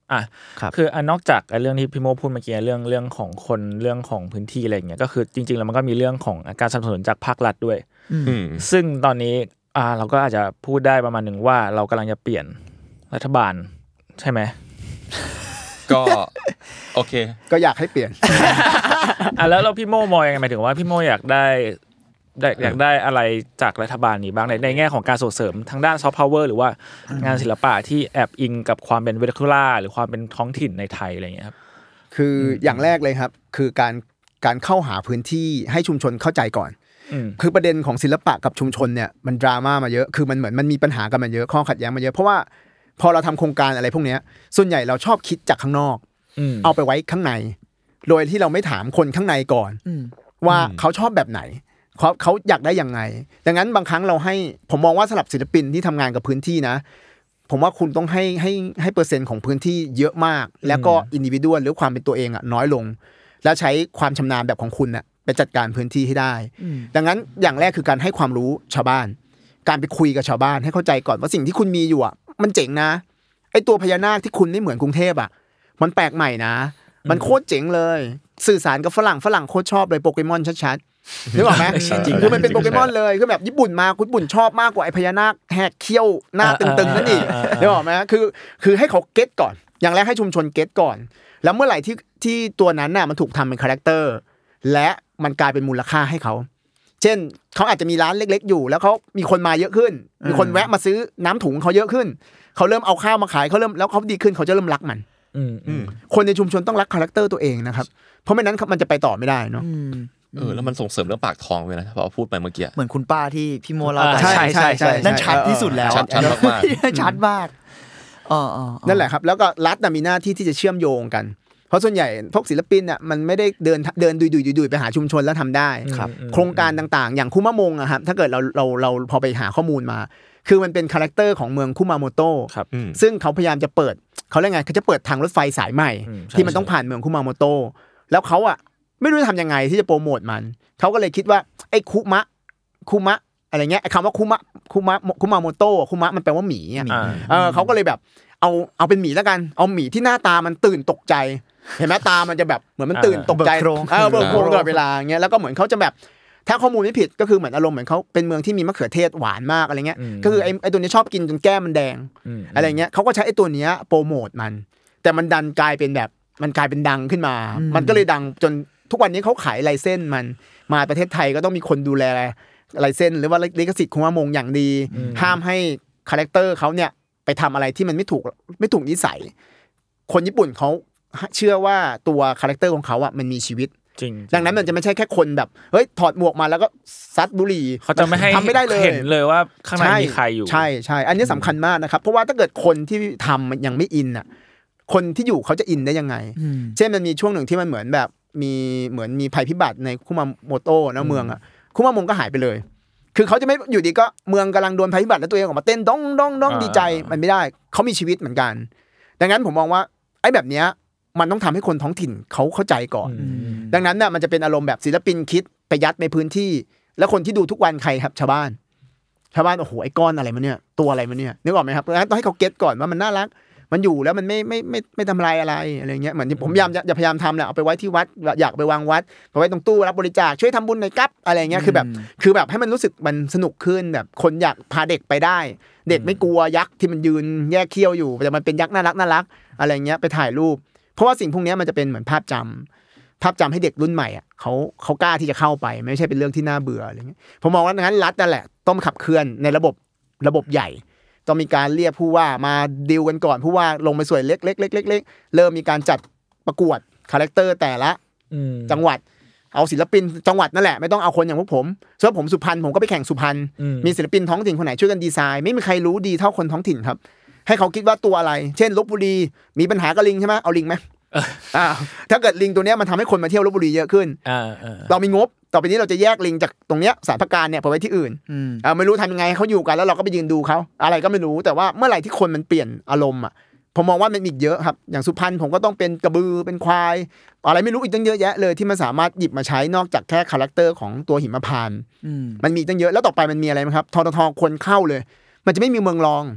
อ่ะคืออันนอกจากเรื่องที่พี่โมพูดเมื่อกี้เรื่องเรื่องของคนเรื่องของพื้นที่อะไรอย่างเงี้ยก็คือจริงๆแล้วมันก็มีเรื่องของการสนับสนุนจากภาครัฐด้วยซึ่งตอนนี้อ่าเราก็อาจจะพูดได้ประมาณหนึ่งว่าเรากำลังจะเปลี่ยนรัฐบาลใช่ไหมก็โอเคก็อยากให้เปลี่ยนอ่ะแล้วเราพี่โมมองยังไงหมายถึงว่าพี่โมอยากได้อยากได้อะไรจากรัฐบาลนี้บ้างในในแง่ของการส่งเสริมทางด้านซอฟต์พาวเวอร์หรือว่างานศิลปะที่แอบอิงกับความเป็นเวอร์คูล่าหรือความเป็นท้องถิ่นในไทยอะไรอย่างเงี้ยครับคืออย่างแรกเลยครับคือการการเข้าหาพื้นที่ให้ชุมชนเข้าใจก่อนคือประเด็นของศิลปะกับชุมชนเนี่ยมันดราม่ามาเยอะคือมันเหมือนมันมีปัญหากันมาเยอะข้อขัดแย้งมาเยอะเพราะว่าพอเราทำโครงการอะไรพวกนี้ส่วนใหญ่เราชอบคิดจากข้างนอกเอาไปไว้ข้างในโดยที่เราไม่ถามคนข้างในก่อนว่าเขาชอบแบบไหนเขาเขาอยากได้ยังไงดังนั้นบางครั้งเราให้ผมมองว่าสำหรับศิลปินที่ทำงานกับพื้นที่นะผมว่าคุณต้องให้ให้ให้เปอร์เซ็นต์ของพื้นที่เยอะมากแล้วก็อินดิวิวดหรือความเป็นตัวเองอ่ะน้อยลงแล้วใช้ความชำนาญแบบของคุณน่ะไปจัดการพื้นที่ให้ได้ดังนั้นอย่างแรกคือการให้ความรู้ชาวบ้านการไปคุยกับชาวบ้านให้เข้าใจก่อนว่าสิ่งที่คุณมีอยู่อ่ะมันเจ๋งนะไอตัวพญานาคที่คุณไม่เหมือนกรุงเทพอ่ะมันแปลกใหม่นะมันโคตรเจ๋งเลยสื่อสารกับฝรั่งฝรั่งโคตรชอบเลยโปเกมอนชัดๆนึกออกไหมคือมันเป็นโปเกมอนเลยคือแบบญี่ปุ่นมาญี่ปุ่นชอบมากกว่าไอพญานาคแหกเขี้ยวหน้าตึงๆนั่นอีกนึกออกไหมคือคือให้เขาเก็ตก่อนอย่างแรกให้ชุมชนเก็ตก่อนแล้วเมื่อไหร่ที่ที่ตัวนั้นน่ะมันถูกทำเป็นคาแรคเตอร์และมันกลายเป็นมูลค่าให้เขาเช่นเขาอาจจะมีร้านเล็กๆอยู่แล้วเขามีคนมาเยอะขึ้นมีคนแวะมาซื้อน้ำถุงเขาเยอะขึ้นเขาเริ่มเอาข้าวมาขายเขาเริ่มแล้วเขาดีขึ้นเขาจะเริ่มรักมันคนในชุมชนต้องรักคาแรคเตอร์ตัวเองนะครับเพราะไม่นั้นมันจะไปต่อไม่ได้เนาะเออแล้วมันส่งเสริมเรื่องปากท้องเลยนะพอพูดไปเมื่อกี้เหมือนคุณป้าที่พี่โมเล่าไปใช่ใช่ใช่นั่นชัดที่สุดแล้วชัดมากชัดมากอ๋อนั่นแหละครับแล้วก็รัฐมีหน้าที่ที่จะเชื่อมโยงกันเพราะส่วนใหญ่พวกศิลปินอ่ะมันไม่ได้เดินเดินดุยๆๆไปหาชุมชนแล้วทำได้โครงการต่างๆอย่างคุมะมงอะครับถ้าเกิดเราเราเราพอไปหาข้อมูลมาคือมันเป็นคาแรคเตอร์ของเมืองคุมาโมโตะซึ่งเขาพยายามจะเปิดเขาเรียกไงเขาจะเปิดทางรถไฟสายใหม่ที่มันต้องผ่านเมืองคุมาโมโตะแล้วเขาอ่ะไม่รู้จะทำยังไงที่จะโปรโมทมันเขาก็เลยคิดว่าไอ้คุมะคุมะอะไรเงี้ยไอ้คำว่าคุมะคุมะคุมาโมโตะคุมะมันแปลว่าหมีอ่ะเออเขาก็เลยแบบเอาเอาเป็นหมีแล้วกันเอาหมีที่หน้าตามันตื่นตกใจเห็นไหมตามันจะแบบเหมือนมันตื่นตกใจเออเบิกโพรงตลอดเวลาเงี้ยแล้วก็เหมือนเขาจะแบบถ้าข้อมูลไม่ผิดก็คือเหมือนอารมณ์เหมือนเขาเป็นเมืองที่มีมะเขือเทศหวานมากอะไรเงี้ยก็คือไอ้ไอ้ตัวนี้ชอบกินจนแก้มมันแดงอะไรเงี้ยเขาก็ใช้ไอ้ตัวเนี้ยโปรโมทมันแต่มันดันกลายเป็นแบบมันกลายเป็นดังขึ้นมามันก็เลยดังจนทุกวันนี้เขาขายไลเซนส์มันมาประเทศไทยก็ต้องมีคนดูแลไลเซนส์หรือว่าลิขสิทธิ์คุมะมงอย่างดีห้ามให้คาแรคเตอร์เขาเนี่ยไปทำอะไรที่มันไม่ถูกไม่ถูกนิสัยคนญี่ปุ่นเขาเชื่อว่าตัวคาแรคเตอร์ของเขาอ่ะมันมีชีวิตจริงดังนั้นมันจะไม่ใช่แค่คนแบบเฮ้ยถอดหมวกมาแล้วก็ซัดบุหรี่เขาจะไม่ให้ทำไม่ได้เลยเห็นเลยว่าข้างในมีใครอยู่ใช่ใช่อันนี้สำคัญมากนะครับเพราะว่าถ้าเกิดคนที่ทำมันยังไม่อินอ่ะคนที่อยู่เขาจะอินได้ยังไงเช่นมันมีช่วงหนึ่งที่มันเหมือนแบบมีเหมือนมีภัยพิบัติในคุมาโมโตะนะเมืองอ่ะคุมะมงก็หายไปเลยคือเขาจะไม่อยู่ดีก็เมืองกำลังโดนภัยพิบัติแล้วตัวเองออกมาเต้นด้องด้องด้องดีใจมันไม่ได้เขามีชีวิตเหมือนกันดังนั้นผมมองว่าไอ้แบบเนี้ยมันต้องทำให้คนท้องถิ่นเขาเข้าใจก่อนดังนั้นน่ะมันจะเป็นอารมณ์แบบศิลปินคิดไปยัดในพื้นที่แล้วคนที่ดูทุกวันใครครับชาวบ้านชาวบ้านโอ้โหไอ้ก้อนอะไรมันเนี่ยตัวอะไรมันเนี่ยนึกออกไหมครับงั้นต้องให้เขาเก็ตก่อนว่ามันน่ารักมันอยู่แล้วมันไม่ไม่ไม่ไม่ทำลายอะไรอะไรเงี้ยเหมือนผมพยายามจะพยายามทำแหละเอาไปไว้ที่วัดอยากไปวางวัดไปไว้ตรงตู้รับบริจาคช่วยทำบุญในกั๊บอะไรเงี้ยคือแบบคือแบบให้มันรู้สึกมันสนุกขึ้นแบบคนอยากพาเด็กไปได้เด็กไม่กลัวยักษ์ที่มันยืนแยกเขี้ยวอยู่แต่มันเป็นยักษ์น่ารักน่ารักอะไรเงี้ยไปถ่ายรูปเพราะว่าสิ่งพวกนี้มันจะเป็นเหมือนภาพจำภาพจำให้เด็กรุ่นใหม่อ่ะเขาเขากล้าที่จะเข้าไปไม่ใช่เป็นเรื่องที่น่าเบื่ออะไรเงี้ยผมมองว่างั้นรัฐนั่นแหละต้องขับเคลื่อนในระบบระบบใหญ่ต้องมีการเรียกผู้ว่ามาดีลกันก่อนผู้ว่าลงไปส่วนเล็กๆๆๆเริ่มมีการจัดประกวดคาแรคเตอร์แต่ละจังหวัดเอาศิลปินจังหวัดนั่นแหละไม่ต้องเอาคนอย่างพวกผมส่วนผมสุพรรณผมก็ไปแข่งสุพรรณมีศิลปินท้องถิ่นคนไหนช่วยกันดีไซน์ไม่มีใครรู้ดีเท่าคนท้องถิ่นครับให้เขาคิดว่าตัวอะไรเช่นลพบุรีมีปัญหากับลิงใช่ไหมเอาลิงไหมอ่าถ้าเกิดลิงตัวเนี้ยมันทำให้คนมาเที่ยวลพบุรีเยอะขึ้นเรามีงบต่อไปนี้เราจะแยกลิงจากตรงเนี้ยสารพการเนี่ยไปไว้ที่อื่นอ่าไม่รู้ทำยังไงเขาอยู่กันแล้วเราก็ไปยืนดูเขาอะไรก็ไม่รู้แต่ว่าเมื่อไหร่ที่คนมันเปลี่ยนอารมณ์อ่ะผมมองว่ามันมีเยอะครับอย่างสุพรรณผมก็ต้องเป็นกระบือเป็นควายอะไรไม่รู้อีกตั้งเยอะแยะเลยที่มันสามารถหยิบมาใช้นอกจากแค่คาแรคเตอร์ของตัวหิมพานต์มันมีตั้งเยอะแล้วต่อไปมันมีอะไรมั้ยครับทททคนเข้าเลยมันจะไม่มีเมืองรอง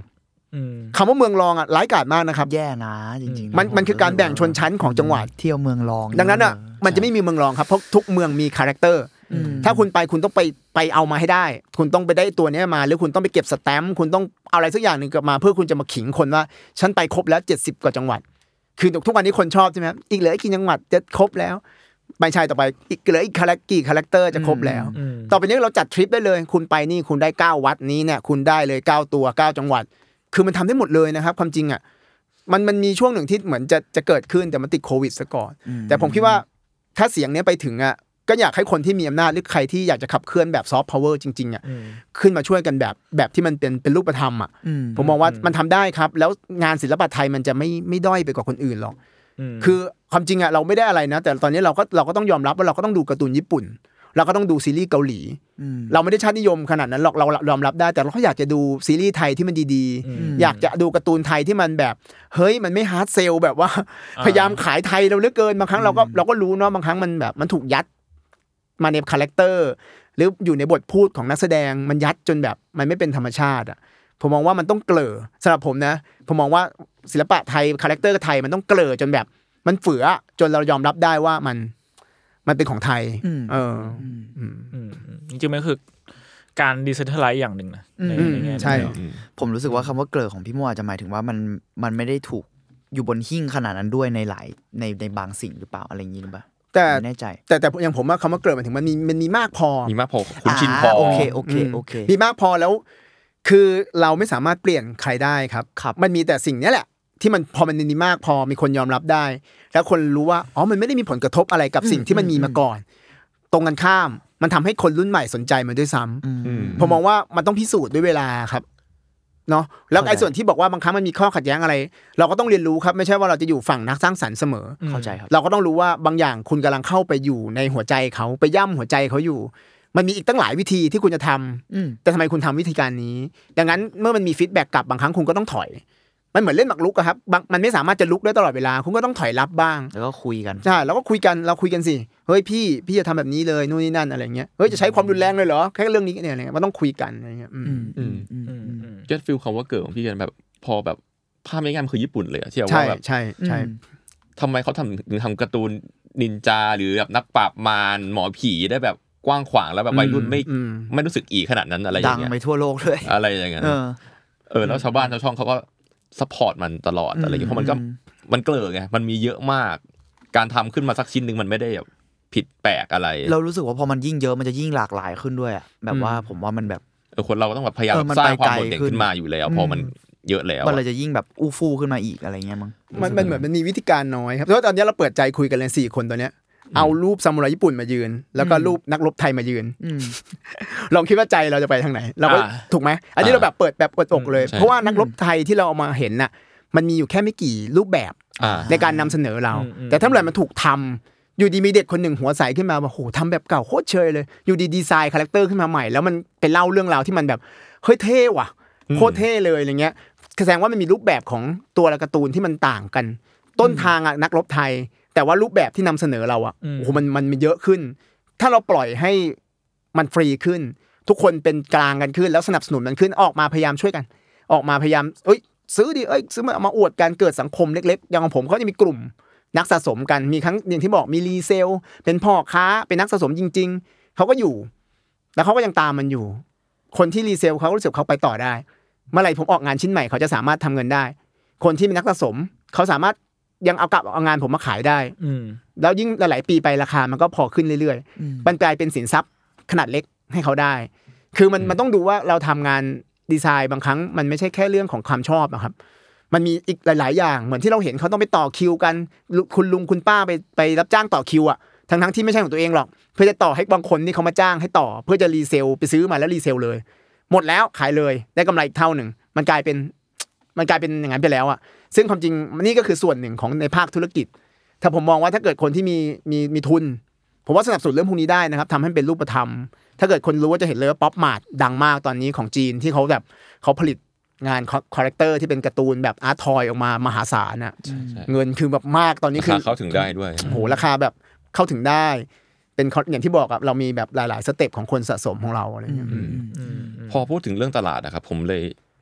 คำว่าเมืองรองอ่ะร้ายกาจมากนะครับแย่นะจริงๆมันมันคือการแบ่งชนชั้นของจังหวัดเที่ยวเมืองรองดังนั้นอ่ะมันจะไม่มีเมืองรองครับเพราะทุกเมืองมีคาแรคเตอร์ถ้าคุณไปคุณต้องไปไปเอามาให้ได้คุณต้องไปได้ตัวนี้มาหรือคุณต้องไปเก็บสแตมป์คุณต้องเอาอะไรสักอย่างนึงกลับมาเพื่อคุณจะมาขิงคนว่าฉันไปครบแล้วเจ็ดสิบกว่าจังหวัดคือทุกวันนี้คนชอบใช่มั้ยอีกเหลืออีกกี่จังหวัดจะครบแล้วไม่ใช่ต่อไปอีกเหลืออีกคาแรคกี่คาแรคเตอร์จะครบแล้วต่อไปนี้เราจัดทริปได้เลยคุณไปนี่คุณได้เก้าวัดนี้เนี่ยคุณได้เลยเก้าตัวเก้าจังหวัดคือมันทำได้หมดเลยนะครับความจริงอ่ะมันมันมีช่วงหนึ่งที่เหมือนจะจะเกิดขึ้นแต่มันติดโควิดซะก่อนแต่ผมคิดว่าถ้าเสียงนี้ไปถึงอ่ะก็อยากให้คนที่มีอำนาจหรือใครที่อยากจะขับเคลื่อนแบบซอฟต์พาวเวอร์จริงๆอ่ะขึ้นมาช่วยกันแบบแบบที่มันเป็นเป็นรูปธรรมอ่ะผมมองว่ามันทำได้ครับแล้วงานศิลปะไทยมันจะไม่ไม่ด้อยไปกว่าคนอื่นหรอกคือความจริงอ่ะเราไม่ได้อะไรนะแต่ตอนนี้เราก็เราก็ต้องยอมรับว่าเราก็ต้องดูการ์ตูนญี่ปุ่นเราก็ต้องดูซีรีส์เกาหลีเราไม่ได้ชาตินิยมขนาดนั้นหรอกเรายอมรับได้แต่เราก็อยากจะดูซีรีส์ไทยที่มันดีๆอยากจะดูการ์ตูนไทยที่มันแบบเฮ้ยมันไม่ฮาร์ดเซลแบบว่าพยายามขายไทยเราเหลือเกินบางครั้งเราก็เราก็รู้เนาะบางครั้งมันแบบมันถูกยัดมาในคาแรคเตอร์หรืออยู่ในบทพูดของนักแสดงมันยัดจนแบบมันไม่เป็นธรรมชาติอ่ะผมมองว่ามันต้องเกลอสำหรับผมนะผมมองว่าศิลปะไทยคาแรคเตอร์ไทยมันต้องเกลอจนแบบมันเฟือจนเรายอมรับได้ว่ามันมันเป็นของไทยเออจริงๆมันคือการดิเซนทรัลไลซ์อย่างหนึ่งนะในแง่ใช่ผมรู้สึกว่าคำว่าเกลอของพี่มั่วจะหมายถึงว่ามันมันไม่ได้ถูกอยู่บนหิ้งขนาดนั้นด้วยในหลายในในบางสิ่งหรือเปล่าอะไรอย่างนี้หรือเปล่าแต่ไม่แน่ใจแต่แต่อย่างผมว่าคำว่าเกลอหมายถึงมันมีมันมีมากพอมีมากพอคุณชินพอโอเคโอเคโอเคมีมากพอแล้วคือเราไม่สามารถเปลี่ยนใครได้ครับมันมีแต่สิ่งนี้แหละที่มันพอมันมีมากพอมีคนยอมรับได้แล้วคนรู้ว่าอ๋อมันไม่ได้มีผลกระทบอะไรกับสิ่งที่มันมีมาก่อนตรงกันข้ามมันทำให้คนรุ่นใหม่สนใจมันด้วยซ้ำผมมองว่ามันต้องพิสูจน์ด้วยเวลาครับเนาะแล้วไอ้ส่วนที่บอกว่าบางครั้งมันมีข้อขัดแย้งอะไรเราก็ต้องเรียนรู้ครับไม่ใช่ว่าเราจะอยู่ฝั่งนักสร้างสรรค์เสมอเข้าใจครับเราก็ต้องรู้ว่าบางอย่างคุณกำลังเข้าไปอยู่ในหัวใจเขาไปย่ำหัวใจเขาอยู่มันมีอีกตั้งหลายวิธีที่คุณจะทำแต่ทำไมคุณทำวิธีการนี้ดังนั้นเมื่อมันมีฟีดแบ็กกลับบางครั้งคุณก็ต้องถอยมันเหมือนเล่นหมากรุกอะครับมันไม่สามารถจะลุกได้ตลอดเวลาคุณก็ต้องถอยรับบ้างแล้วก็คุยกันใช่แล้วก็คุยกันเราคุยกันสิเฮ้ยพี่พี่จะทำแบบนี้เลยนู่นนี่นั่นอะไรเงี้ยเฮ้ยจะใช้ความรุนแรงเลยเหรอแค่เรื่องนี้เนี่ยอะไรมันต้องคุยกันอะไรเงี้ยอืมอืมอืมเก็ตฟีลคำว่าเกิดของพี่กันแบบพอแบบภาพในงานคือญี่ปุ่นเลยที่ว่าแบบใช่ใช่ทำไมเขาทำถึงทำการ์ตูนนินจาหรือแบบนักปราบมารหมอผีได้แบบกว้างขวางแล้วแบบวัยรุ่นไม่ไม่รู้สึกอีขนาดนั้นอะไรอย่างเงี้ยดังไปทั่วโลกเลยอะไรอย่างเงี้ยเออแล้วชาวบ้านชาวช่องเขาก็ซัพพอร์ตมันตลอดอะไรอย่างเงี้ยเพราะมันก็มันเกลือไงมันมีเยอะมากการทำขึ้นมาสักชิ้นนึงมันไม่ได้แบบผิดแปลกอะไรเรารู้สึกว่าพอมันยิ่งเยอะมันจะยิ่งหลากหลายขึ้นด้วยอ่ะแบบว่าผมว่ามันแบบเออคนเราก็ต้องแบบพยายามสร้างความโดดเด่นขึ้นมาอยู่แล้วพอมันเยอะแล้วมันเลยจะยิ่งแบบอู้ฟู่ขึ้นมาอีกอะไรเงี้ยมั้งมันมันเหมือนมันมีวิธีการน้อยครับเพราะตอนนี้เราเปิดใจคุยกันเลยสี่คนตัวเนี้ยเอารูปซามูไรญี่ปุ่นมายืนแล้วก็รูปนักรบไทยมายืนลองคิดว่าใจเราจะไปทางไหนเราก็ถูกไหมอันนี้เราแบบเปิดแบบเปิดอกเลยเพราะว่านักรบไทยที่เราเอามาเห็นน่ะมันมีอยู่แค่ไม่กี่รูปแบบในการนำเสนอเราแต่ถ้าเมื่อไหร่มันถูกทำอยู่ดีมีเด็กคนหนึ่งหัวใสขึ้นมาว่าโหทำแบบเก่าโคตรเชยเลยอยู่ดีดีไซน์คาแรคเตอร์ขึ้นมาใหม่แล้วมันเป็นเล่าเรื่องราวที่มันแบบเฮ้ยเท่ว่ะโคตรเท่เลยอะไรเงี้ยแสดงว่ามันมีรูปแบบของตัวการ์ตูนที่มันต่างกันต้นทางอ่ะนักรบไทยแต่ว่ารูปแบบที่นำเสนอเราอ่ะโอ้โหมันมันเยอะขึ้นถ้าเราปล่อยให้มันฟรีขึ้นทุกคนเป็นกลางกันขึ้นแล้วสนับสนุนมันขึ้นออกมาพยายามช่วยกันออกมาพยายามเอ้ยซื้อดิเอ้ยซื้อมามาอวดกันเกิดสังคมเล็กๆอย่างของผมเขาจะมีกลุ่มนักสะสมกันมีครั้งอย่างที่บอกมีรีเซลเป็นพ่อค้าเป็นนักสะสมจริงๆเขาก็อยู่แล้วเขาก็ยังตามมันอยู่คนที่รีเซลเขารู้สึกเขาไปต่อได้เมื่อไหร่ผมออกงานชิ้นใหม่เขาจะสามารถทำเงินได้คนที่เป็นนักสะสมเขาสามารถยังเอากลับเอางานผมมาขายได้แล้วยิ่งหลายๆปีไปราคามันก็พอขึ้นเรื่อยๆมันกลายเป็นสินทรัพย์ขนาดเล็กให้เขาได้คือมันมันต้องดูว่าเราทำงานดีไซน์บางครั้งมันไม่ใช่แค่เรื่องของความชอบนะครับมันมีอีกหลายๆอย่างเหมือนที่เราเห็นเขาต้องไปต่อคิวกันคุณลุงคุณป้าไปไปรับจ้างต่อคิวอ่ะทั้งๆที่ไม่ใช่ของตัวเองหรอกเพื่อจะต่อให้บางคนที่เขามาจ้างให้ต่อเพื่อจะรีเซลไปซื้อมาแล้วรีเซลเลยหมดแล้วขายเลยได้กำไรอีกเท่านึงมันกลายเป็นมันกลายเป็นอย่างนั้นไปแล้วอ่ะซึ่งความจริงนี่ก็คือส่วนหนึ่งของในภาคธุรกิจถ้าผมมองว่าถ้าเกิดคนที่มีมีมีทุนผมว่าสนับสนุนเรื่องพวกนี้ได้นะครับทำให้เป็นรูปธรรมถ้าเกิดคนรู้ว่าจะเห็นเลยว่าป๊อปมาร์ทดังมากตอนนี้ของจีนที่เขาแบบเขาผลิตงานคาแรคเตอร์ที่เป็นการ์ตูนแบบอาร์ตทอยออกมามหาศาลน่ะเงินคือแบบมากตอนนี้คือเข้าถึงได้ด้วยโอ้โหราคาแบบเข้าถึงได้เป็นอย่างที่บอกอ่ะเรามีแบบหลายๆสเต็ปของคนสะสมของเราอะไรอย่างเงี้ยพอพูดถึงเรื่องตลาดนะครับผมเลย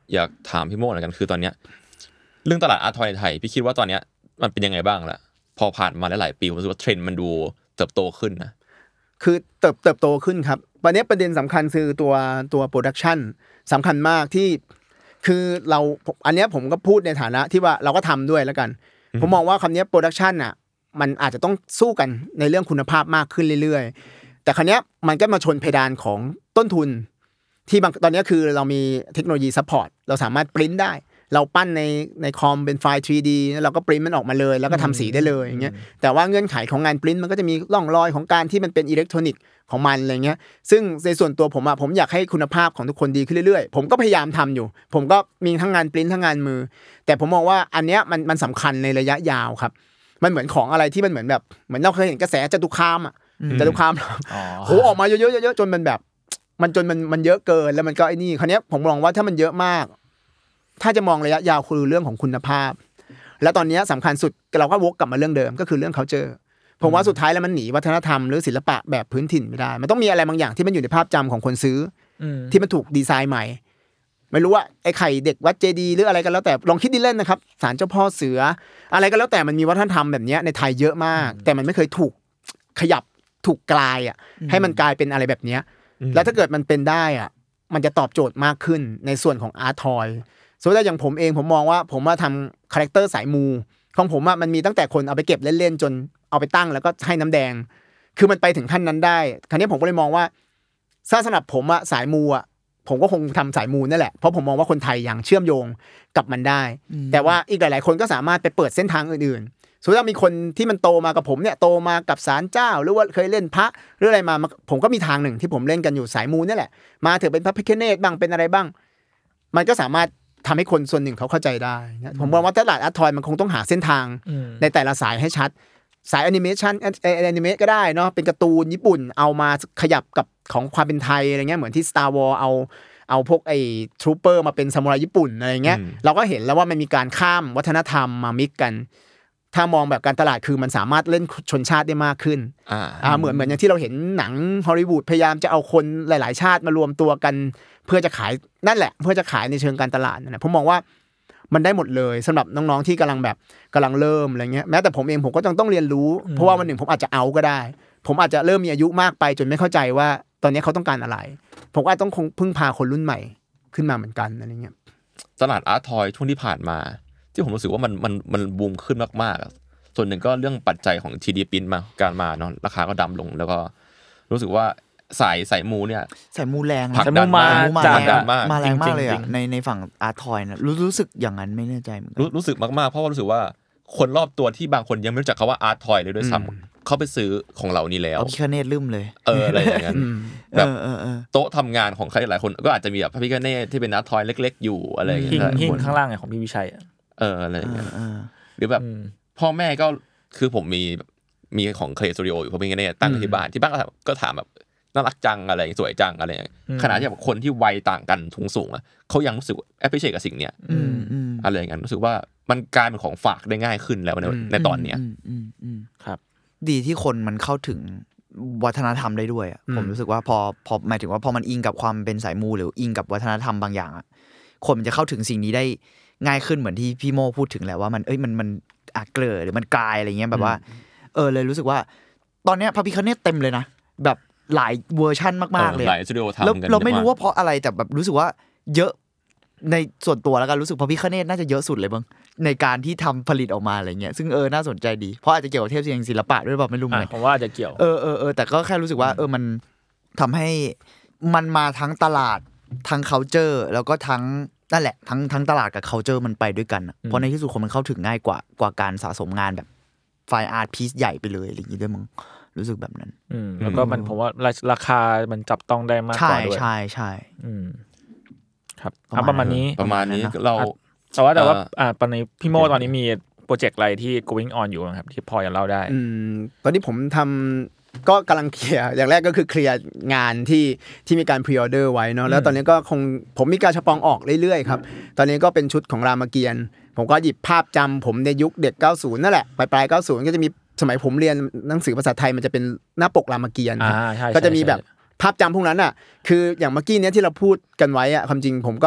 อยากถามพี่โม่หน่อยกันคือตอนเนี้ยเรื่องตลาดอาร์ตทอยในไทยพี่คิดว่าตอนเนี้ยมันเป็นยังไงบ้างล่ะพอผ่านมาหลายๆปีผมรู้สึกว่าเทรนด์มันดูเติบโตขึ้นนะคือเติบเติบโตขึ้นครับวันนี้ประเด็นสำคัญคือตัวตัวโปรดักชันสำคัญมากที่คือเราอันนี้ผมก็พูดในฐานะที่ว่าเราก็ทำด้วยแล้วกันผมมองว่าคำนี้โปรดักชันอ่ะมันอาจจะต้องสู้กันในเรื่องคุณภาพมากขึ้นเรื่อยๆแต่คราวนี้มันก็มาชนเพดานของต้นทุนที่บางตอนนี้คือเรามีเทคโนโลยีซัพพอร์ตเราสามารถปริ้นได้เราปั้นในในคอมเป็นไฟล์ ทรี ดี แล้วเราก็ปริ้นมันออกมาเลยแล้วก็ทำสีได้เลยอย่างเงี้ยแต่ว่าเงื่อนไขของงานปริ้นมันก็จะมีร่องรอยของการที่มันเป็นอิเล็กทรอนิกส์ของมันอะไรเงี้ยซึ่งในส่วนตัวผมอะผมอยากให้คุณภาพของทุกคนดีขึ้นเรื่อยๆผมก็พยายามทำอยู่ผมก็มีทั้งงานปริ้นทั้งงานมือแต่ผมมองว่าอันเนี้ยมันมันสำคัญในระยะยาวครับมันเหมือนของอะไรที่มันเหมือนแบบเหมือนเราเคยเห็นกระแสจตุคามอะจตุคามโหออกมาเยอะๆเยอะๆจนมันแบบมันจนมันมันเยอะเกินแล้วมันก็ไอ้นี่คราวนี้ผมมองว่าถ้ามันเยอะมากถ้าจะมองระยะยาวคือเรื่องของคุณภาพและตอนนี้สำคัญสุดเราก็วกกลับมาเรื่องเดิมก็คือเรื่อง culture ผมว่าสุดท้ายแล้วมันหนีวัฒนธรรมหรือศิลปะแบบพื้นถิ่นไม่ได้มันต้องมีอะไรบางอย่างที่มันอยู่ในภาพจำของคนซื้อที่มันถูกดีไซน์ใหม่ไม่รู้ว่าไอ้ไข่เด็กวัดเจดีย์หรืออะไรกันแล้วแต่ลองคิดดิเล่นนะครับศาลเจ้าพ่อเสืออะไรก็แล้วแต่มันมีวัฒนธรรมแบบนี้ในไทยเยอะมากแต่มันไม่เคยถูกขยับถูกกลายอ่ะให้มันกลายเป็นอะไรแบบนี้แล้วถ้าเกิดมันเป็นได้อ่ะมันจะตอบโจทย์มากขึ้นในส่วนของอาร์ตทอยสมมติว่าอย่างผมเองผมมองว่าผมว่าทำคาแรคเตอร์สายมูของผมอะมันมีตั้งแต่คนเอาไปเก็บเล่นๆจนเอาไปตั้งแล้วก็ให้น้ำแดงคือมันไปถึงขั้นนั้นได้คราวนี้ผมก็เลยมองว่าถ้าสำหรับผมอะสายมูอะผมก็คงทำสายมูนั่นแหละเพราะผมมองว่าคนไทยยังเชื่อมโยงกับมันได้แต่ว่าอีกหลายๆคนก็สามารถไปเปิดเส้นทางอื่นๆสมมติว่ามีคนที่มันโตมากับผมเนี่ยโตมากับศาลเจ้าหรือว่าเคยเล่นพระหรืออะไรมาผมก็มีทางหนึ่งที่ผมเล่นกันอยู่สายมูนี่แหละมาเถอะเป็นพระพิฆเนศบ้างเป็นอะไรบ้างมันก็สามารถทำให้คนส่วนหนึ่งเขาเข้าใจได้ผมมองว่าตลาดอาร์ตทอยมันคงต้องหาเส้นทางในแต่ละสายให้ชัดสายแอนิเมชันแอนิเมะก็ได้เนาะเป็นการ์ตูนญี่ปุ่นเอามาขยับกับของความเป็นไทยอะไรเงี้ยเหมือนที่ Star Wars เอาเอาพวกไอ้ทรูปเปอร์มาเป็นซามูไรญี่ปุ่นอะไรเงี้ยเราก็เห็นแล้วว่ามันมีการข้ามวัฒนธรรมมามิกกันถ้ามองแบบการตลาดคือมันสามารถเล่นชนชาติได้มากขึ้นอ่าอ่าเหมือนเหมือนอย่างที่เราเห็นหนังฮอลลีวูดพยายามจะเอาคนหลายๆชาติมารวมตัวกันเพื่อจะขายนั่นแหละเพื่อจะขายในเชิงการตลาดนั่นแหละผมมองว่ามันได้หมดเลยสำหรับน้องๆที่กำลังแบบกำลังเริ่มอะไรเงี้ยแม้แต่ผมเองผมก็ต้องต้องเรียนรู้เพราะว่าวันหนึ่งผมอาจจะเอาก็ได้ผมอาจจะเริ่มมีอายุมากไปจนไม่เข้าใจว่าตอนนี้เขาต้องการอะไรผมก็ต้องคงพึ่งพาคนรุ่นใหม่ขึ้นมาเหมือนกันอะไรเงี้ยตลาดอาร์ตทอยช่วงที่ผ่านมาที่ผมรู้สึกว่ามันมันมันบูมขึ้นมากๆส่วนหนึ่งก็เรื่องปัจจัยของ ที ดี Print มาการมาเนาะราคาก็ดำลงแล้วก็รู้สึกว่าสายสายมูเนี่ยสายมูแรงผลักดันมากผลักดันมากมาแรงมากเลยอ่ะในในฝั่งอาร์ตทอยนะรู้รู้สึกอย่างนั้นไม่แน่ใจเหมือนกันรู้สึกมากๆเพราะว่ารู้สึกว่าคนรอบตัวที่บางคนยังไม่รู้จักคำว่าอาร์ตทอยเลยด้วยซ้ำเขาไปซื้อของเรานี่แล้วพระพิฆเนศลืมเลยเอออะไรอย่างนั้นแบบโต๊ะทำงานของใครหลายคนก็อาจจะมีแบบพระพิฆเนศที่เป็นอาร์ตทอยเล็กๆอยู่อะไรอย่างเงี้ยหิ้งข้างล่างของพี่วิชัยเอออะไรอย่างเงี้ยหรือแบบพ่อแม่ก็คือผมมีมีของเคลสตูดิโออยู่พระพิฆเนศตั้งที่บ้านที่บ้านก็ถามแบบน่ารักจังอะไรสวยจังอะไรขนาดที่แบบคนที่วัยต่างกันทุงสูงอ่ะเขายังรู้สึกแอปพลิเคชันกับสิ่งเนี้ยอะไรอย่างนั้นรู้สึกว่ามันกลายเป็นของฝากได้ง่ายขึ้นแล้วในในตอนเนี้ยครับดีที่คนมันเข้าถึงวัฒนธรรมได้ด้วยอ่ะผมรู้สึกว่าพอพอหมายถึงว่าพอมันอิงกับความเป็นสายมูหรืออิงกับวัฒนธรรมบางอย่างอ่ะคนมันจะเข้าถึงสิ่งนี้ได้ง่ายขึ้นเหมือนที่พี่โมพูดถึงแหละว่ามันเอ้ยมันมันอ่ะเกลือหรือมันกลายอะไรเงี้ยแบบว่าเออเลยรู้สึกว่าตอนเนี้ยพระพิฆเนศเต็มเลยนะแบบหลายเวอร์ชั่นมากๆเลยหลายสตูดิโอทำกันเราไม่รู้ว่าเพราะอะไรแต่แบบรู้สึกว่าเยอะในส่วนตัวแล้วกันรู้สึกพระพิฆเนศน่าจะเยอะสุดเลยบ้างในการที่ทำผลิตออกมาอะไรเงี้ยซึ่งเออน่าสนใจดีเพราะอาจจะเกี่ยวกับเทพเสียงศิลปะด้วยแบบไม่รู้เหมือนกันผมว่าอาจจะเกี่ยวเออเออเออแต่ก็แค่รู้สึกว่าเออมันทำให้มันมาทั้งตลาดทั้ง culture แล้วก็ทั้งนั่นแหละทั้งทั้งตลาดกับ culture มันไปด้วยกันเพราะในที่สุดคนมันเข้าถึงง่ายกว่ากว่าการสะสมงานแบบไฟล์อาร์ตพีซใหญ่ไปเลยอะไรอย่างงี้ด้วยมึงรู้สึกแบบนั้นอืมแล้วก็มันผมว่าราคามันจับต้องได้มากกว่าด้วยใช่ใช่อืมครับประมาณนี้ประมาณนี้เราแต่ว่าแต่ว่าอ่าตอนนี้พี่โมตอนนี้มีโปรเจกต์อะไรที่ going on อยู่ครับที่พอจะเล่าได้อืมตอนนี้ผมทำก็กำลังเคลียร์อย่างแรกก็คือเคลียร์งานที่ที่มีการพรีออเดอร์ไว้เนาะแล้วตอนนี้ก็คงผมมีการฉปองออกเรื่อยๆครับตอนนี้ก็เป็นชุดของรามเกียรติ์ผมก็หยิบภาพจำผมในยุคเด็กเก้าสิบนั่นแหละปลายๆเก้าสิบก็จะมีสมัยผมเรียนหนังสือภาษาไทยมันจะเป็นหน้าปกรามเกียรติ์ก็จะมีแบบภาพจำพวกนั้นอ่ะคืออย่างเมื่อกี้เนี้ยที่เราพูดกันไว้อ่ะความจริงผมก็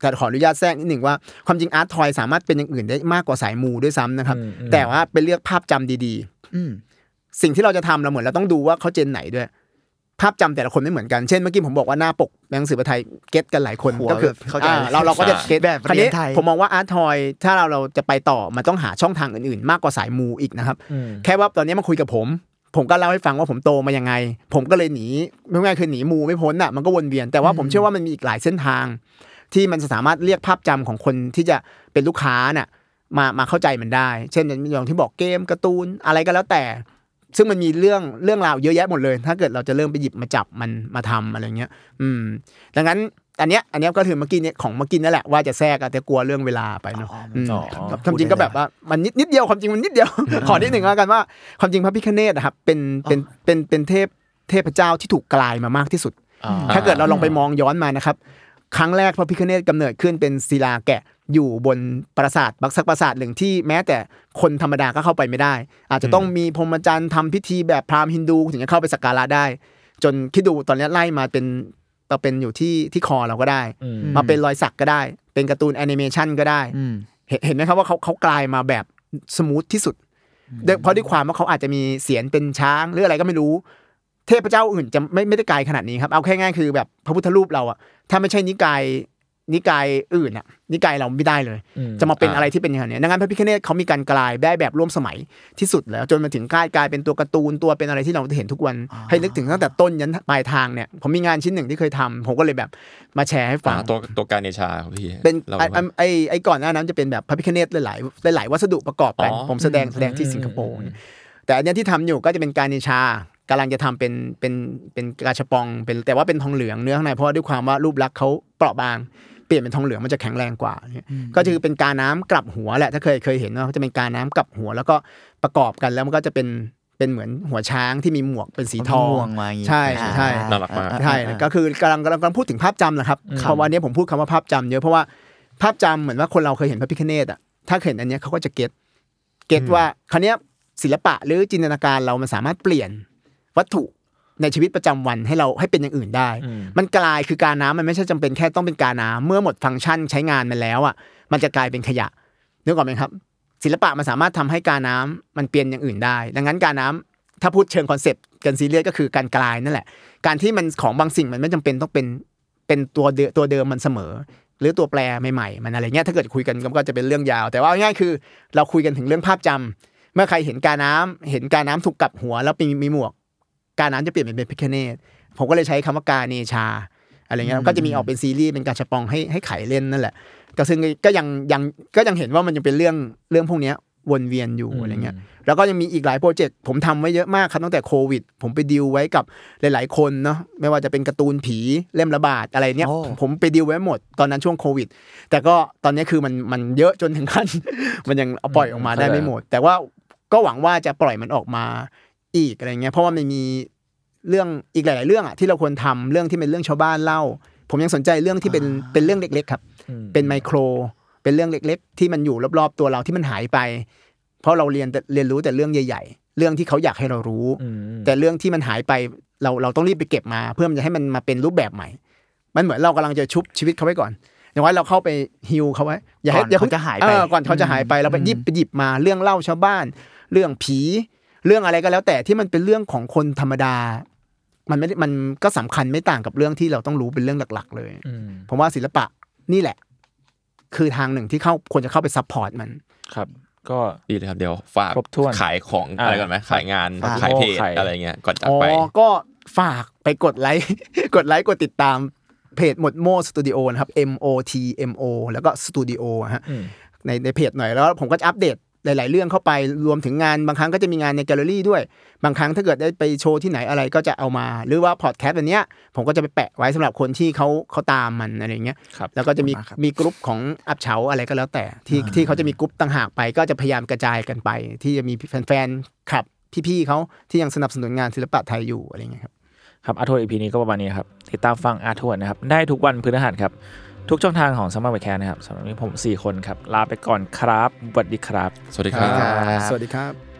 แต่ขออนุญาตแทรกนิดหนึ่งว่าความจริงอาร์ตทอยสามารถเป็นอย่างอื่นได้มากกว่าสายมูด้วยซ้ำนะครับแต่ว่าเป็นเลือกภาพจำดีๆสิ่งที่เราจะทำเราเหมือนเราต้องดูว่าเขาเจนไหนด้วยภาพจำแต่ละคนไม่เหมือนกันเช่นเมื่อกี้ผมบอกว่าหน้าปกหนังสือไทยเก็ตกันหลายคนก็คือเราเราก็จะเก็ตแบบเรียนไทยผมมองว่าอาร์ตทอยถ้าเราเราจะไปต่อมันต้องหาช่องทางอื่นๆมากกว่าสายมูอีกนะครับแค่ว่าตอนนี้มาคุยกับผมผมก็เล่าให้ฟังว่าผมโตมายังไงผมก็เลยหนีไม่ง่ายคือหนีมูไม่พ้นอ่ะมันก็วนเวียนแต่ว่าผมเชื่อว่ามันมีอีกหลายเส้นทางที่มันสามารถเรียกภาพจำของคนที่จะเป็นลูกค้าน่ะมามาเข้าใจมันได้เช่นอย่างที่บอกเกมการ์ตูนอะไรก็แล้วแต่ซึ่งมันมีเรื่องเรื่องราวเยอะแยะหมดเลยถ้าเกิดเราจะเริ่มไปหยิบมาจับมันมาทำอะไรเงี้ยอืมดังนั้นอันเนี้ยอันเนี้ยก็คือเมื่อกี้เนี้ยของเมื่อกี้นั่นแหละว่าจะแทรกแต่กลัวเรื่องเวลาไปเนาะความจริงก็แบบว่ามันนิดนิดเดียวความจริงมันนิดเดียวขอนิดหนึ่งแล้วกันว่าความจริงพระพิฆเนศนะครับเป็นเป็นเป็นเป็นเทพเทพเจ้าที่ถูกกลายมามากที่สุดถ้าเกิดเราลองไปมองย้อนมานะครับครั้งแรกพระพิฆเนศกำเนิดขึ้นเป็นศิลาแกะอยู่บนปราสาทบักซักปราสาทหนึ่งที่แม้แต่คนธรรมดาก็เข้าไปไม่ได้อาจจะต้องมีพรหมจรรย์ทำพิธีแบบพราหมณ์ฮินดูถึงจะเข้าไปสักการะได้จนคิดดูตอนนี้ไล่มาเป็นต่อเป็นอยู่ที่ที่คอเราก็ได้มาเป็นรอยสักก็ได้เป็นการ์ตูนแอนิเมชันก็ได้เห็นไหมครับว่าเขาเขากลายมาแบบสมูทที่สุดเพราะด้วยความว่าเขาอาจจะมีเสียงเป็นช้างหรืออะไรก็ไม่รู้เทพเจ้าอื่นจะไม่ไม่ได้กลายขนาดนี้ครับเอาแค่ง่ายคือแบบพระพุทธรูปเราอ่ะถ้าไม่ใช่นิกายนิกายอื่นอ่ะนิกายเราไม่ได้เลยจะมาเป็นอะไรที่เป็นอย่างนี้ดังนั้นพระพิฆเนศเขามีการกลายได้แบบร่วมสมัยที่สุดแล้วจนมาถึงกลายกลายเป็นตัวการ์ตูนตัวเป็นอะไรที่เราเห็นทุกวันให้นึกถึงตั้งแต่ต้นยันปลายทางเนี่ยผมมีงานชิ้นหนึ่งที่เคยทำผมก็เลยแบบมาแชร์ให้ฟังตัวตัวการเนชาครับพี่เป็นไอ้ไอ้ก่อนหน้านั้นจะเป็นแบบพระพิฆเนศหลายๆหลายวัสดุประกอบกันผมแสดงแสดงที่สิงคโปร์แต่อันนี้ที่ทำอยู่ก็จะเป็นการเนชากำลังจะทำเป็นเป็นเป็นกาชาปองเป็นแต่ว่าเป็นทองเหลืองเนื้อข้างในเพราะด้วยความว่ารูปลักษณ์เขาเปราะบางเปลี่ยนเป็นทองเหลืองมันจะแข็งแรงกว่าก็คือเป็นกาน้ำกลับหัวแหละถ้าเคยเคยเห็นว่าเขาจะเป็นกาน้ำกลับหัวแล้วก็ประกอบกันแล้วมันก็จะเป็นเป็นเหมือนหัวช้างที่มีหมวกเป็นสีทองใช่ใช่น่ารักมากใช่ก็คือกำลังกำลังพูดถึงภาพจำแหละครับเพราะวันนี้ผมพูดคำว่าภาพจำเยอะเพราะว่าภาพจำเหมือนว่าคนเราเคยเห็นพระพิฆเนศอ่ะถ้าเห็นอันนี้เขาก็จะเก็ตเก็ตว่าคราวนี้ศิลปะหรือจินตนาการเรามันสามารถเปลี่ยนวัตถุในชีวิตประจำวันให้เราให้เป็นอย่างอื่นได้มันกลายคือการน้ำมันไม่ใช่จำเป็นแค่ต้องเป็นการน้ำเมื่อหมดฟังก์ชันใช้งานมันแล้วอ่ะมันจะกลายเป็นขยะนึกออกไหมครับศิลปะมันสามารถทำให้การน้ำมันเปลี่ยนอย่างอื่นได้ดังนั้นการน้ำถ้าพูดเชิงคอนเซปต์กันซีเรียสก็คือการกลายนั่นแหละการที่มันของบางสิ่งมันไม่จำเป็นต้องเป็นเป็นตัวเดิมตัวเดิมมันเสมอหรือตัวแปรใหม่ๆมันอะไรเงี้ยถ้าเกิดคุยกันก็จะเป็นเรื่องยาวแต่ว่าง่ายๆคือเราคุยกันถึงเรื่องภาพจำเมื่อใครเห็นการน้ำเห็นการน้ำถูกกลับหัวแล้วมีมีหมวกการน้ำจะเปลี่ยนเป็นพิฆเนศผมก็เลยใช้คำว่ากาเนชาอะไรเงี้ยก็จะมีออกเป็นซีรีส์เป็นกาชาปองให้ให้ไขเล่นนั่นแหละก็ซึ่งก็ยังยังก็ยังเห็นว่ามันยังเป็นเรื่องเรื่องพวกนี้วนเวียนอยู่อะไรเงี้ยแล้วก็ยังมีอีกหลายโปรเจกต์ผมทำไว้เยอะมากครับตั้งแต่โควิดผมไปดีลไว้กับหลายๆคนเนาะไม่ว่าจะเป็นการ์ตูนผีเล่มระบาดอะไรเนี้ยผมไปดีลไว้หมดตอนนั้นช่วงโควิดแต่ก็ตอนนี้คือมันมันเยอะจนถึงขั้นมันยังเอาปล่อยออกมาได้ไม่หมดแต่ว่าก็หวังว่าจะปล่อยมันออกมาอีกอะไรเงี้ยเพราะว่ามันมีเรื่องอีกหลายๆเรื่องอ่ะที่เราควรทำเรื่องที่เป็นเรื่องชาวบ้านเล่าผมยังสนใจเรื่องที่เป็นเป็นเรื่องเล็กๆครับเป็นไมโครเป็นเรื่องเล็กๆที่มันอยู่รอบๆตัวเราที่มันหายไปเพราะเราเรียนเรียนรู้แต่เรื่องใหญ่ๆเรื่องที่เขาอยากให้เรารู้แต่เรื่องที่มันหายไปเราเราต้องรีบไปเก็บมาเพื่อมันจะให้มันมาเป็นรูปแบบใหม่มันเหมือนเรากำลังจะชุบชีวิตเขาไว้ก่อนอย่างว่าเราเข้าไปฮิลเขาไว้อย่าให้อย่าเขาจะหายไปก่อนเขาจะหายไปเราไปหยิบไปหยิบมาเรื่องเล่าชาวบ้านเรื่องผีเรื่องอะไรก็แล้วแต่ที่มันเป็นเรื่องของคนธรรมดามันไม่มันก็สำคัญไม่ต่างกับเรื่องที่เราต้องรู้เป็นเรื่องหลักๆเลยผมว่าศิลปะนี่แหละคือทางหนึ่งที่เข้าควรจะเข้าไปซัพพอร์ตมันครับก็ดีเลยครับเดี๋ยวฝากขายของอะไรก่อนไหมขายงานขายเพจอะไรเงี้ยก่อนจากไปอ๋อก็ฝากไปกดไลค์กดไลค์กดติดตามเพจหมดโม่สตูดิโอนะครับ M O T M O แล้วก็สตูดิโอฮะในในเพจหน่อยแล้วผมก็จะอัปเดตหลายๆเรื่องเข้าไปรวมถึงงานบางครั้งก็จะมีงานในแกลเลอรี่ด้วยบางครั้งถ้าเกิดได้ไปโชว์ที่ไหนอะไรก็จะเอามาหรือว่าพอดแคสต์แบบเนี้ยผมก็จะไปแปะไว้สำหรับคนที่เขาเขาตามมันอะไรเงี้ยแล้วก็จะมีมีกลุ่มของอัพเฉาอะไรก็แล้วแต่ที่ที่เขาจะมีกลุ่มต่างหากไปก็จะพยายามกระจายกันไปที่จะมีแฟนๆขับพี่ๆเขาที่ยังสนับสนุนงานศิลปะไทยอยู่อะไรเงี้ยครับครับอาร์ทเวิร์ด อี พี นี้ก็ประมาณนี้ครับติดตามฟังอาร์ทเวิร์ดนะครับได้ทุกวันพฤหัสครับทุกช่องทางของ Summer Podcast นะครับสำหรับวันนี้ผมสี่คนครับลาไปก่อนครับสวัสดีครับสวัสดีครับสวัสดีครับ